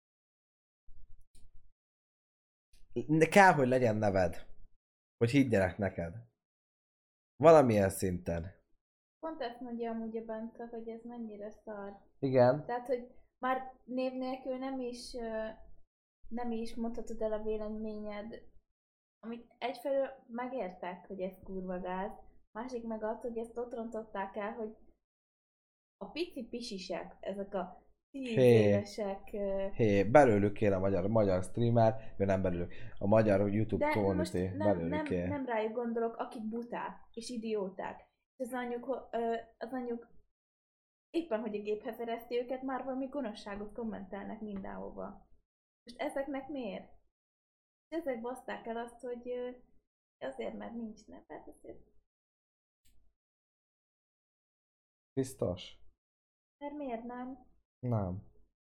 Kell, hogy legyen neved, hogy higgyenek neked. Valamilyen szinten. Pont ezt mondja amúgy a Bence, hogy ez mennyire szar. Igen. Tehát, hogy már név nélkül nem is, ö, nem is mondhatod el a véleményed, amit egyfelől megértek, hogy ez kurva gáz, másik meg az, hogy ezt ott rontották el, hogy a pici pisisek, ezek a tíz Hé. évesek, ö, Hé, belőlük él a magyar, magyar streamer, jó nem belőlük, a magyar YouTube de most community, nem, belőlük nem, él. nem rájuk gondolok, akik buták és idióták. És az anyjuk, ö, az anyjuk éppen, hogy a géphez ereszti őket, már valami gonoszságot kommentelnek mindenhova. Most ezeknek miért? És ezek baszták el azt, hogy ö, azért, mert nincs neved, azért. Biztos? Mert miért nem? Nem.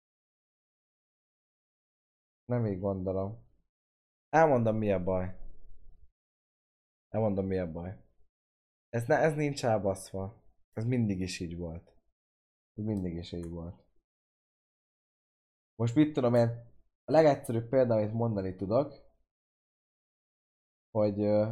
Nem így gondolom. Elmondom, mi a baj. Elmondom, mi a baj. Ez, ne, ez nincs elbaszva. Ez mindig is így volt. Ez mindig is így volt. Most mit tudom én, a legegyszerűbb példa, amit mondani tudok, hogy ö,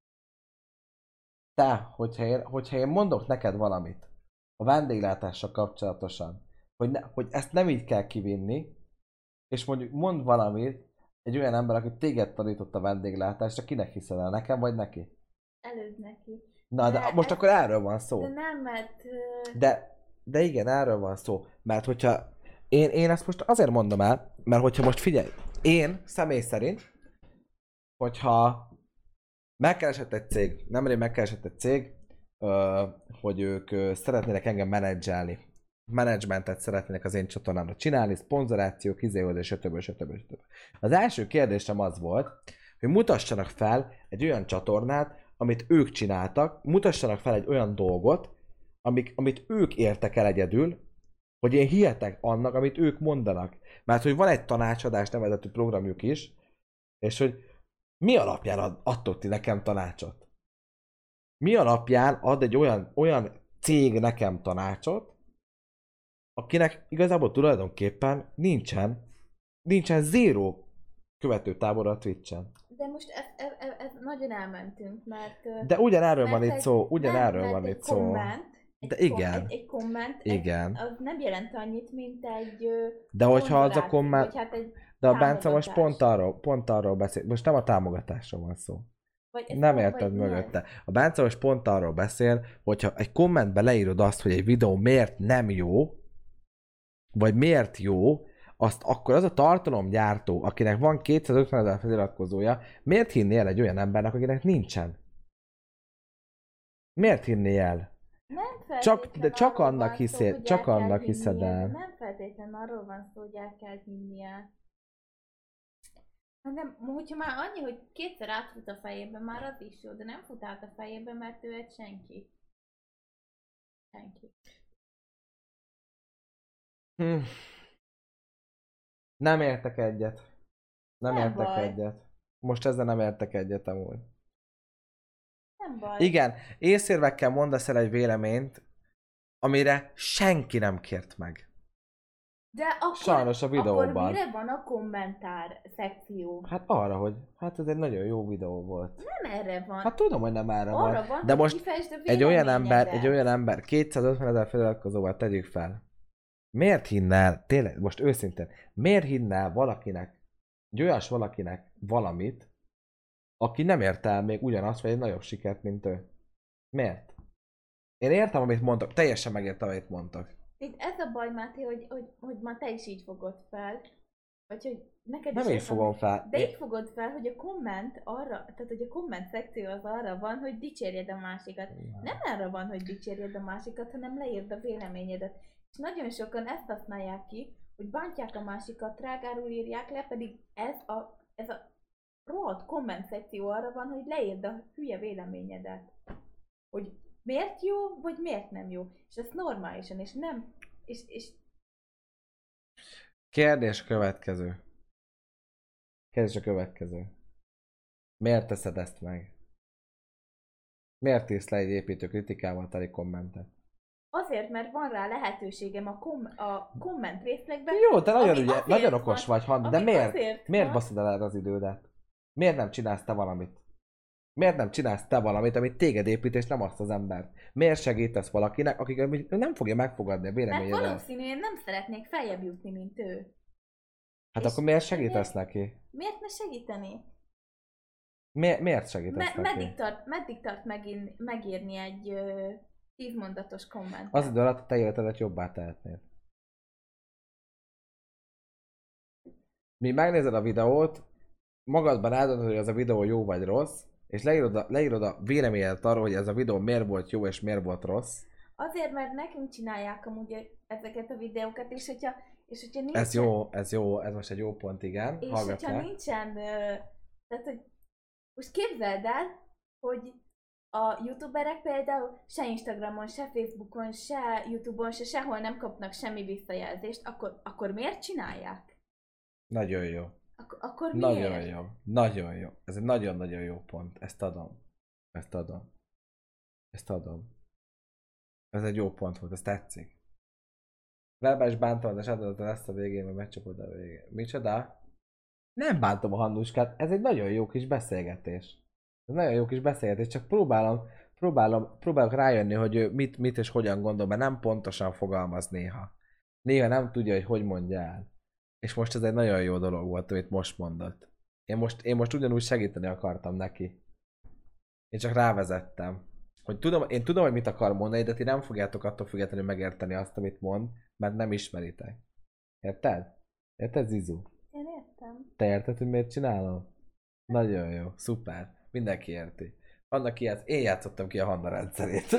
te, hogyha én, hogyha én mondok neked valamit a vendéglátással kapcsolatosan, hogy, ne, hogy ezt nem így kell kivinni, és mondjuk mond valamit egy olyan ember, aki téged tanított a vendéglátásra, kinek hiszel el, nekem vagy neki? Előd neki. Na, de, De most ez- akkor erről van szó. De nem, mert... ö, De, de igen, erről van szó. Mert hogyha... Én, én ezt most azért mondom el, mert hogyha most figyelj, én személy szerint, hogyha megkeresett egy cég, nemrég megkeresett egy cég, ö, hogy ők ö, szeretnének engem menedzselni. Menedzsmentet szeretnének az én csatornámra csinálni, szponzorációk, izéhoz, és stb. stb. stb. Az első kérdésem az volt, hogy mutassanak fel egy olyan csatornát, amit ők csináltak, mutassanak fel egy olyan dolgot, amik, amit ők értek el egyedül, hogy én hihetek annak, amit ők mondanak. Mert hogy van egy tanácsadás nevezetű programjuk is, és hogy mi alapján ad, adtok ti nekem tanácsot? Mi alapján ad egy olyan, olyan cég nekem tanácsot, akinek igazából tulajdonképpen nincsen, nincsen zéró követőtábora a Twitch-en. De most ez, ez, ez, ez nagyon elmentünk, mert... ö, De ugyanerről mert van itt egy- szó, nem, ugyanerről mert van egy itt szó. komment, De Egy, igen. Kom- egy, egy komment, Igen. egy, az nem jelent annyit, mint egy ö, De hogyha az a konzoláció, komment... vagy hát egy De a Bence most támogatás. pont arról, pont arról beszél. Most nem a támogatásról van szó. Vagy ez Nem val- érted vagy mi mögötte. ez? A Bence most pont arról beszél, hogyha egy kommentbe leírod azt, hogy egy videó miért nem jó, vagy miért jó, azt akkor az a tartalomgyártó, akinek van kétszázötven ezer feliratkozója, miért hinné el egy olyan embernek, akinek nincsen? Miért hinné el? Nem Csak, de feltétlen csak arról annak van szó, hiszél, hogy csak el kell annak hiszed hinnie, el. Nem feltétlenül arról van szó, hogy el kell hinnie. Hanem, hogyha már annyi, hogy kétszer átfut a fejében, már az is jó, de nem fut át a fejében, mert ő egy senki. Senki. Hm. Nem értek egyet. Nem, Nem értek baj. egyet. Most ezzel nem értek egyet amúgy. Nem baj. Igen, észérvekkel mondasz el egy véleményt, amire senki nem kért meg. De akkor, Sajnos a videóban. akkor mire van a kommentár szekció? Hát arra, hogy hát ez egy nagyon jó videó volt. Nem erre van. Hát tudom, hogy nem erre Arra van. van, De hogy most kifejtsd a egy olyan ember, véleményedet. egy olyan ember, kétszázötven ezer feliratkozóval tegyük fel. Miért hinne el, tényleg, most őszintén, miért hinne el valakinek, egy olyas valakinek valamit, aki nem ért el még ugyanazt, vagy egy nagyobb sikert, mint ő? Miért? Én értem, amit mondtak, teljesen megértem, amit mondtak. Itt ez a baj, Máté, hogy, hogy, hogy ma te is így fogod fel. Vagy hogy neked Nem is így ez fogom van. fel. De Én- így fogod fel, hogy a komment arra, tehát hogy a komment szekció az arra van, hogy dicsérjed a másikat. Nem arra van, hogy dicsérjed a másikat, hanem leírd a véleményedet. És nagyon sokan ezt használják ki, hogy bántják a másikat, drágáról írják le, pedig ez a, ez a rohadt komment szekció arra van, hogy leírd a hülye véleményedet. Hogy miért jó, vagy miért nem jó. És ez normálisan, és nem, és, és Kérdés következő. Kérdés a következő. Miért teszed ezt meg? Miért írsz le egy építő kritikával teli kommentet? azért, mert van rá lehetőségem a, kom- a komment részlegben. Jó, te nagyon, ami ügye, azért nagyon okos van- vagy, Handi, de ami miért? azért Miért van- baszod el erre az idődet? Miért nem csinálsz te valamit? Miért nem csinálsz te valamit, amit téged épít, és nem azt az embert? Miért segítesz valakinek, akik amúgy nem fogja megfogadni a Mert véleményedet? valószínűen nem szeretnék feljebb jutni, mint ő. Hát és akkor miért miért- segítesz neki? Miért ne segíteni? Mi, miért segítesz Me- neki? meddig tart, meddig tart megír, megírni egy ö, tízmondatos kommentet? Az idő alatt a te életedet jobbá tehetnéd. Mi megnézed a videót, magadban eldöntöd, hogy az a videó jó vagy rossz, és leírod a, leírod a véleményedet arról, hogy ez a videó miért volt jó és miért volt rossz. Azért, mert nekünk csinálják amúgy ezeket a videókat, és hogyha, és hogyha nincsen... Ez jó, ez jó, ez most egy jó pont, igen. És Hallgass hogyha le. nincsen, ö, tehát hogy most képzeld el, hogy a youtuberek például se Instagramon, se Facebookon, se Youtube-on, se sehol nem kapnak semmi visszajelzést, akkor, akkor miért csinálják? Nagyon jó. Ak- akkor miért? Nagyon jó. Nagyon jó. Ez egy nagyon-nagyon jó pont. Ezt adom. Ezt adom. Ezt adom. Ez egy jó pont volt, ez tetszik. Verbális bántalmazás átadott ezt a végén, mert megcsapod a végén. Micsoda? Nem bántom a Hannuskát, ez egy nagyon jó kis beszélgetés. Ez nagyon jó kis beszélgetés, csak próbálom, próbálom, próbálok rájönni, hogy ő mit, mit és hogyan gondol, mert nem pontosan fogalmaz néha. Néha nem tudja, hogy hogy mondja el. És most ez egy nagyon jó dolog volt, amit most mondott. Én most, én most ugyanúgy segíteni akartam neki. Én csak rávezettem. Hogy tudom, én tudom, hogy mit akar mondani, de ti nem fogjátok attól függetlenül megérteni azt, amit mond, mert nem ismeritek. Érted? Érted, Zizu? Én értem. Te érted, hogy miért csinálom? Nagyon jó, szuper. Mindenki érti. Annak ki játsz... Én játszottam ki a Hanna rendszerét.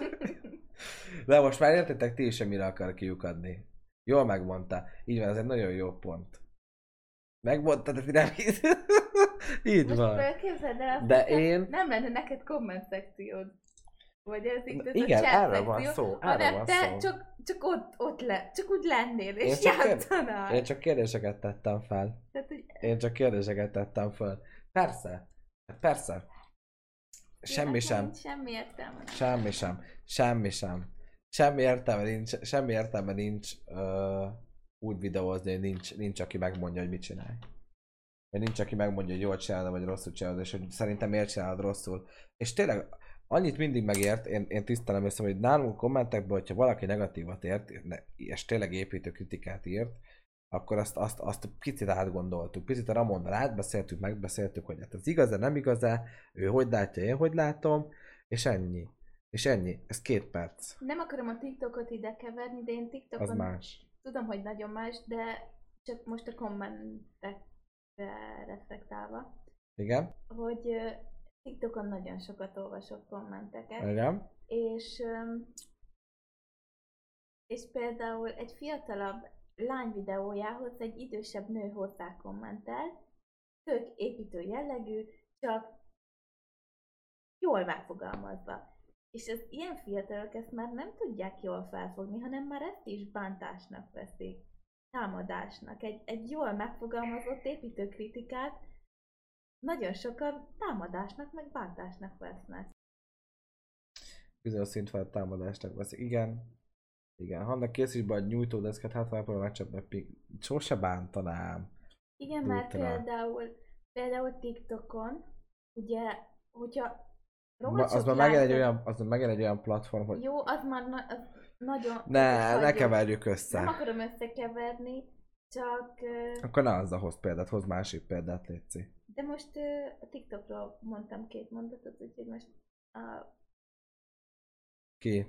De most már értitek ti is, hogy mire akar kiukadni. Jól megmondta. Így van, ez egy nagyon jó pont. Megmondtad, de ti nem hisz. Így Most van. képzeld el azt, De hogy én- nem lenne neked komment szekciód. Vagy ez itt ez Igen, a chat erről van szekció, szó, erről hanem van te szó. csak, csak ott, ott le, csak úgy lennél Én és csak kér- játszanál. Én csak kérdéseket tettem fel. Tehát, hogy Én csak kérdéseket tettem fel. Persze. Persze. Semmi ennek sem. nincs Semmi értelme. Semmi sem. Semmi sem. Semmi értelme nincs, semmi értelme nincs uh, úgy videózni, hogy nincs, nincs, aki megmondja, hogy mit csinálj. Vagy nincs, aki megmondja, hogy jól csinálod, vagy rosszul csinálod, és hogy szerintem miért csinálod rosszul. És tényleg annyit mindig megért, én, én tisztelem össze, hogy nálunk kommentekben, hogyha valaki negatívat ért, ne- és tényleg építő kritikát írt, akkor azt, azt, azt picit átgondoltuk. Picit a Ramonnal átbeszéltük, megbeszéltük, hogy hát ez igaz-e, nem igaz-e, ő hogy látja, én hogy látom, és ennyi. És ennyi. Ez két perc. Nem akarom a TikTokot ide keverni, de én Az TikTokon más. tudom, hogy nagyon más, de csak most a kommentekre reflektálva, Igen? hogy ö, TikTokon nagyon sokat olvasok kommenteket, Igen? és, öm, és például egy fiatalabb lány videójához egy idősebb nő hozzá kommentel, tök építő jellegű, csak jól megfogalmazva. És az ilyen fiatalok ezt már nem tudják jól felfogni, hanem már ezt is bántásnak veszik, támadásnak. Egy, egy jól megfogalmazott építőkritikát nagyon sokan támadásnak, meg bántásnak vesznek. Bizonyos szint felett támadásnak veszik. Igen. Igen. Hanna készíts be a nyújtódeszket, hát már a meccsebnek pik. Sose bántanám. Igen, mert Dutra. például, például TikTokon, ugye, hogyha Ma, rohadt az sok már megint egy lányt- olyan, az már megint egy olyan platform, hogy Jó, az már na, az nagyon... ne, az ne hagyjuk. keverjük össze. Nem akarom összekeverni, csak... ö, Akkor ne azzal hoz példát, hoz másik példát, létszi. De most ö, a TikTokról mondtam két mondatot, úgyhogy most a, Ki?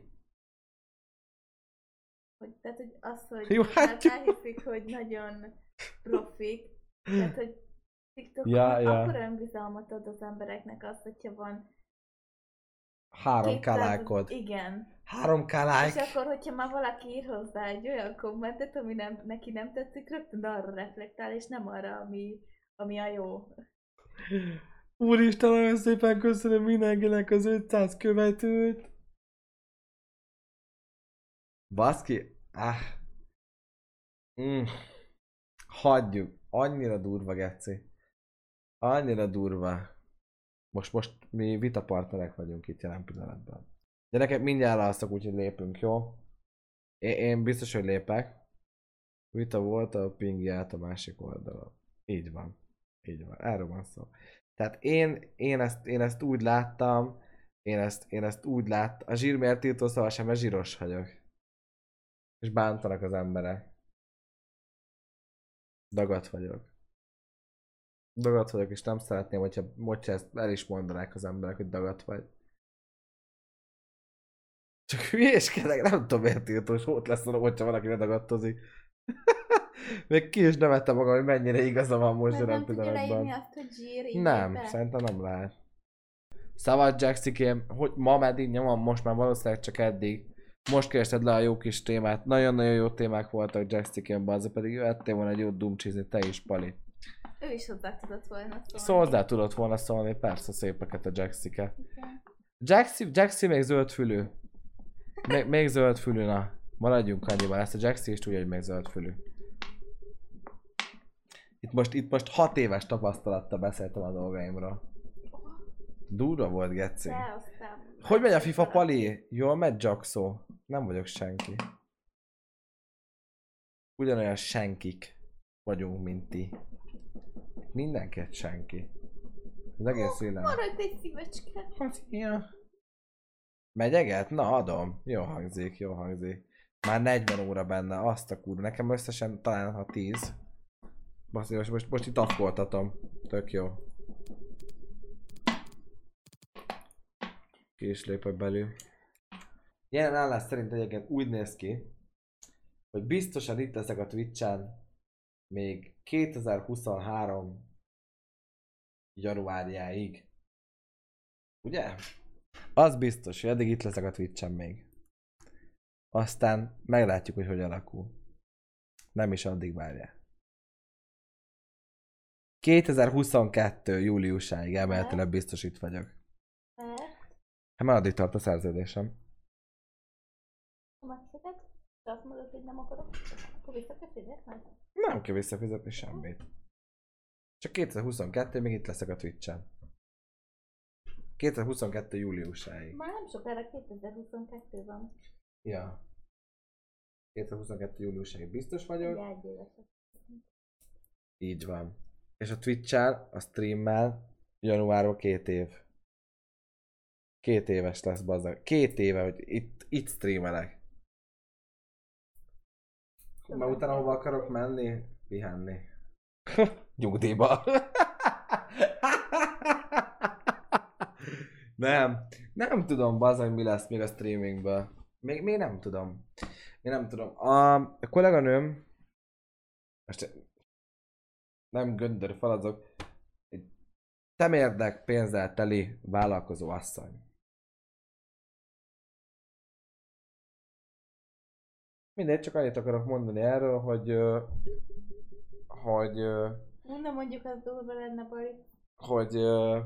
hogy, tehát, hogy az, hogy Jó, most hát már jó. elhiszik, hogy nagyon profik, tehát, hogy TikTokon Ja, ja. akkora önbizalmat ad az embereknek az, hogyha van három k kétszáz lájkod. Igen. három k És like. akkor, hogyha már valaki ír hozzá egy olyan kommentet, ami nem, neki nem tetszik, rögtön arra reflektál, és nem arra, ami, ami a jó. Úristen, nagyon szépen köszönöm mindenkinek az ötszáz követőt. Baszki, ah. Mm. Hagyjuk. Annyira durva, geci. Annyira durva. Most, most mi vitapartnerek vagyunk itt jelen pillanatban. Gyerekek, mindjárt alszok, úgyhogy lépünk, jó? Én, én biztos, hogy lépek. Vita volt a pingját a másik oldalon. Így van. Így van. Erről van szó. Tehát én, én, ezt, én ezt úgy láttam, én ezt, én ezt úgy láttam, a zsírmért tiltó szava sem, mert zsíros vagyok. És bántanak az emberek. Dagat vagyok. Dagat vagyok, és nem szeretném, hogyha, hogyha ezt el is mondanák az emberek, hogy dagat vagy. Csak hülyéskedek, nem tudom miért tiltós, ott lesz, hogyha valaki ledagadtozik. Még ki is nevettem magam, hogy mennyire igaza van most Mert jelen nem tudja leírni pillanatban. azt, hogy zsír, így Nem, be. szerintem nem lehet. Szabad Jaxikém, hogy ma meddig nyomom, most már valószínűleg csak eddig. Most kerested le a jó kis témát. Nagyon-nagyon jó témák voltak Jaxikém, az pedig jöttél volna egy jó dumcsizni, te is, Pali. Ő is hozzá tudott volna szólni. Szóval hozzá tudott volna szólni, persze szépeket a Jaxike. Igen. Jaxi, Jaxi még zöld fülű. Még, még zöld fülű, na. Maradjunk annyiban, ezt a Jaxi is tudja, hogy még zöld fülű. Itt most, itt most hat éves tapasztalattal beszéltem a dolgaimról. Durva volt, geci. De aztán... Hogy megy a FIFA, Pali? Jól megy, Jaxo? Nem vagyok senki. Ugyanolyan senkik vagyunk, mint ti. Mindenki senki. Az egész élet. Maradt egy szívecske. Hát, ja. Megyeget? Na, adom. Jó hangzik, jó hangzik. Már negyven óra benne, azt a kurva. Nekem összesen talán ha tíz. Baszi, most, most, most itt afkoltatom. Tök jó. Ki is lépek belül. Jelen állás szerint egyébként úgy néz ki, hogy biztosan itt leszek a Twitch-en még kétezer-huszonhárom januárjáig. Ugye? Az biztos, hogy eddig itt leszek a Twitch-en még. Aztán meglátjuk, hogy hogy alakul. Nem is addig várják. kétezer-huszonkettő júliusáig emeletileg biztos itt vagyok. Mert Hát már addig tart a szerződésem. a megszeket, de azt mondod, hogy nem akarok, akkor vissza kell fizetned? Nem kell visszafizetni semmit. Csak kétezer-huszonkettő még itt leszek a Twitch-en. kétezer-huszonkettő júliusáig. Már nem sokára kétezer-huszonkettő van. Ja. kétezer-huszonkettő júliusáig biztos vagyok. Ugye egy éves. Így van. És a Twitch-el, a streammel januárban két év. Két éves lesz, bazzag. Két éve, hogy itt, itt streamelek. Mert utána hova akarok menni? Pihenni. Nyugdíjba. Nem. Nem tudom, bazzag, mi lesz még a streamingből. Még, még nem tudom. Még nem tudom. A, a kolléganőm... Most nem göndör falazok. Egy temérdek pénzzel teli vállalkozó asszony. Mindegy, csak annyit akarok mondani erről, hogy... ö, hogy... ö, Nem mondjuk az durva lenne, Bari. hogy... ö,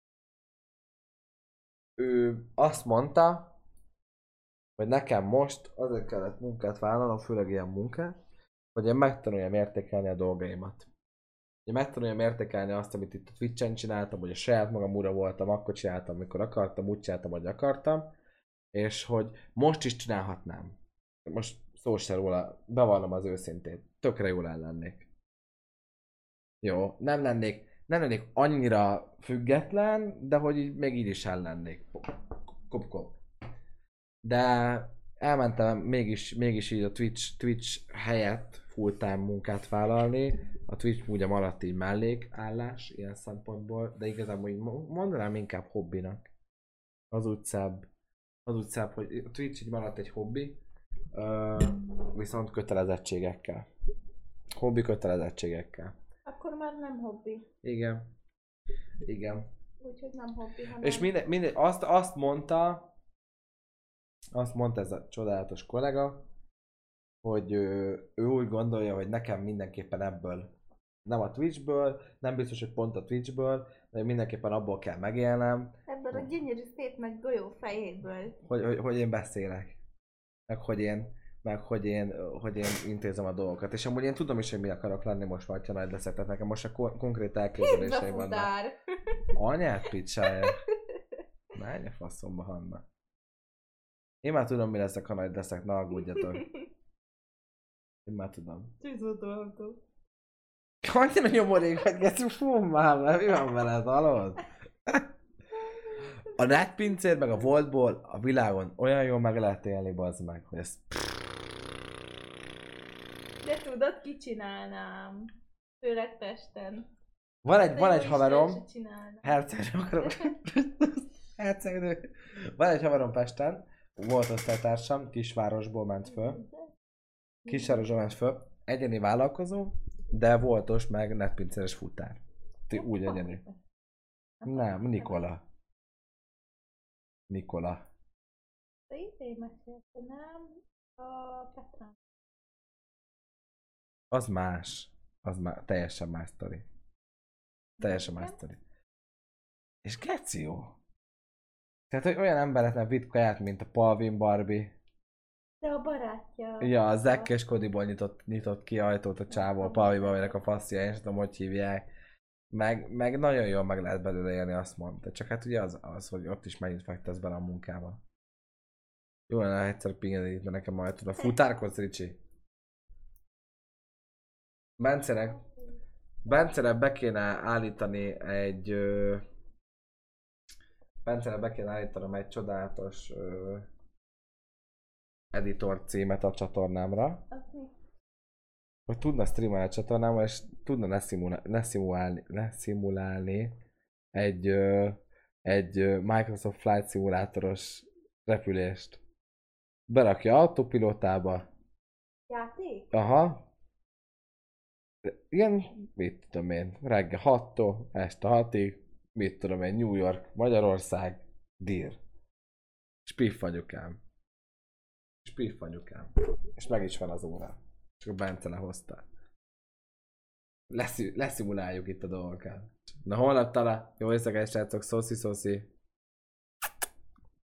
ő azt mondta, hogy nekem most azért kellett munkát vállalnom, főleg ilyen munkát, hogy én megtanuljam értékelni a dolgaimat. Én megtanuljam értékelni azt, amit itt a Twitch-en csináltam, hogy a saját magam ura voltam, akkor csináltam, amikor akartam, úgy csináltam, hogy akartam, és hogy most is csinálhatnám. Most szó se róla, bevallom az őszintét, tökre jól ellennék. Jó, nem lennék, nem lennék annyira független, de hogy így, még így is ellennék. Kop, kop. De elmentem mégis, mégis így a Twitch, Twitch helyett full-time munkát vállalni. A Twitch ugye maradt így mellékállás ilyen szempontból, de igazából így mondanám inkább hobbinak. Az úgy szebb, az úgy szebb, hogy a Twitch így maradt egy hobbi, uh, viszont kötelezettségekkel. Hobbi kötelezettségekkel. Akkor már nem hobbi. Igen. Igen. Úgyhogy nem hobbi, hanem... És minden, minden, azt, azt mondta, azt mondta ez a csodálatos kollega, hogy ő, ő úgy gondolja, hogy nekem mindenképpen ebből, nem a Twitchből, nem biztos, hogy pont a Twitchből, de mindenképpen abból kell megélnem. Ebből a gyönyörű szép nagy golyó fejéből. Hogy, hogy, hogy én beszélek. Meg hogy én, meg hogy én, hogy én intézem a dolgokat. És amúgy én tudom is, hogy mi akarok lenni most már, ha nagy leszek. Tehát nekem most a kon- konkrét elképzeléseim vannak. Anyát picsája. Menj a faszomba, Hanna. Én már tudom, mi leszek, ha nagy leszek, ne aggódjatok. Én már tudom. Tűzoltó. Annyira nyomorék vagy, geci, fú már, mi van veled, hallod? A netpincér meg a voltból a világon olyan jól meg lehet élni, bazd meg, hogy ez... De tudod, ki csinálnám. Főleg Pesten. Van egy, van egy haverom, Hercegnő akarok. Hercegnő. Van egy haverom Pesten, volt osztálytársam, kisvárosból ment föl. Kisvárosból ment föl, egyéni vállalkozó, de voltos meg netpincéres futár. Ti úgy egyéni. Nem, Nikola. Nikola. De izé mesélte, nem? A Petrán. Az más. Az már teljesen más sztori. Teljesen más sztori. És geci jó. Tehát, hogy olyan embereknek vitt kaját, mint a Palvin Barbie. De a barátja. Ja, a Zack és Codyból nyitott, nyitott ki ajtót a csávó, a Palvin Barbie-nek a faszja, én sem tudom, hogy hívják. Meg, meg nagyon jól meg lehet belőle élni, azt mondta. Csak hát ugye az, az hogy ott is mennyit fektetsz bele a munkába. Jó lenne egyszer pingeni itt, mert nekem majd tud a futárkodsz, Ricsi. Bencenek, Bencenek be kéne állítani egy... Ö, Bencenek be kéne állítanom egy csodálatos ö, editor címet a csatornámra. Hogy tudna streamelni a csatornámra, és tudna leszimulálni, leszimulálni, leszimulálni egy, ö, egy ö, Microsoft Flight Simulátoros repülést. Berakja autopilotába. Játék? Aha. Igen, mit tudom én, reggel hattól este hatig, mit tudom én, New York, Magyarország, dír. És piff anyukám. És piff anyukám. És meg is van az óra. És akkor Bence lehozta. Leszi- leszimuláljuk itt a dolgokat. Na holnap talán, jó éjszakát srácok, szoszi szoszi.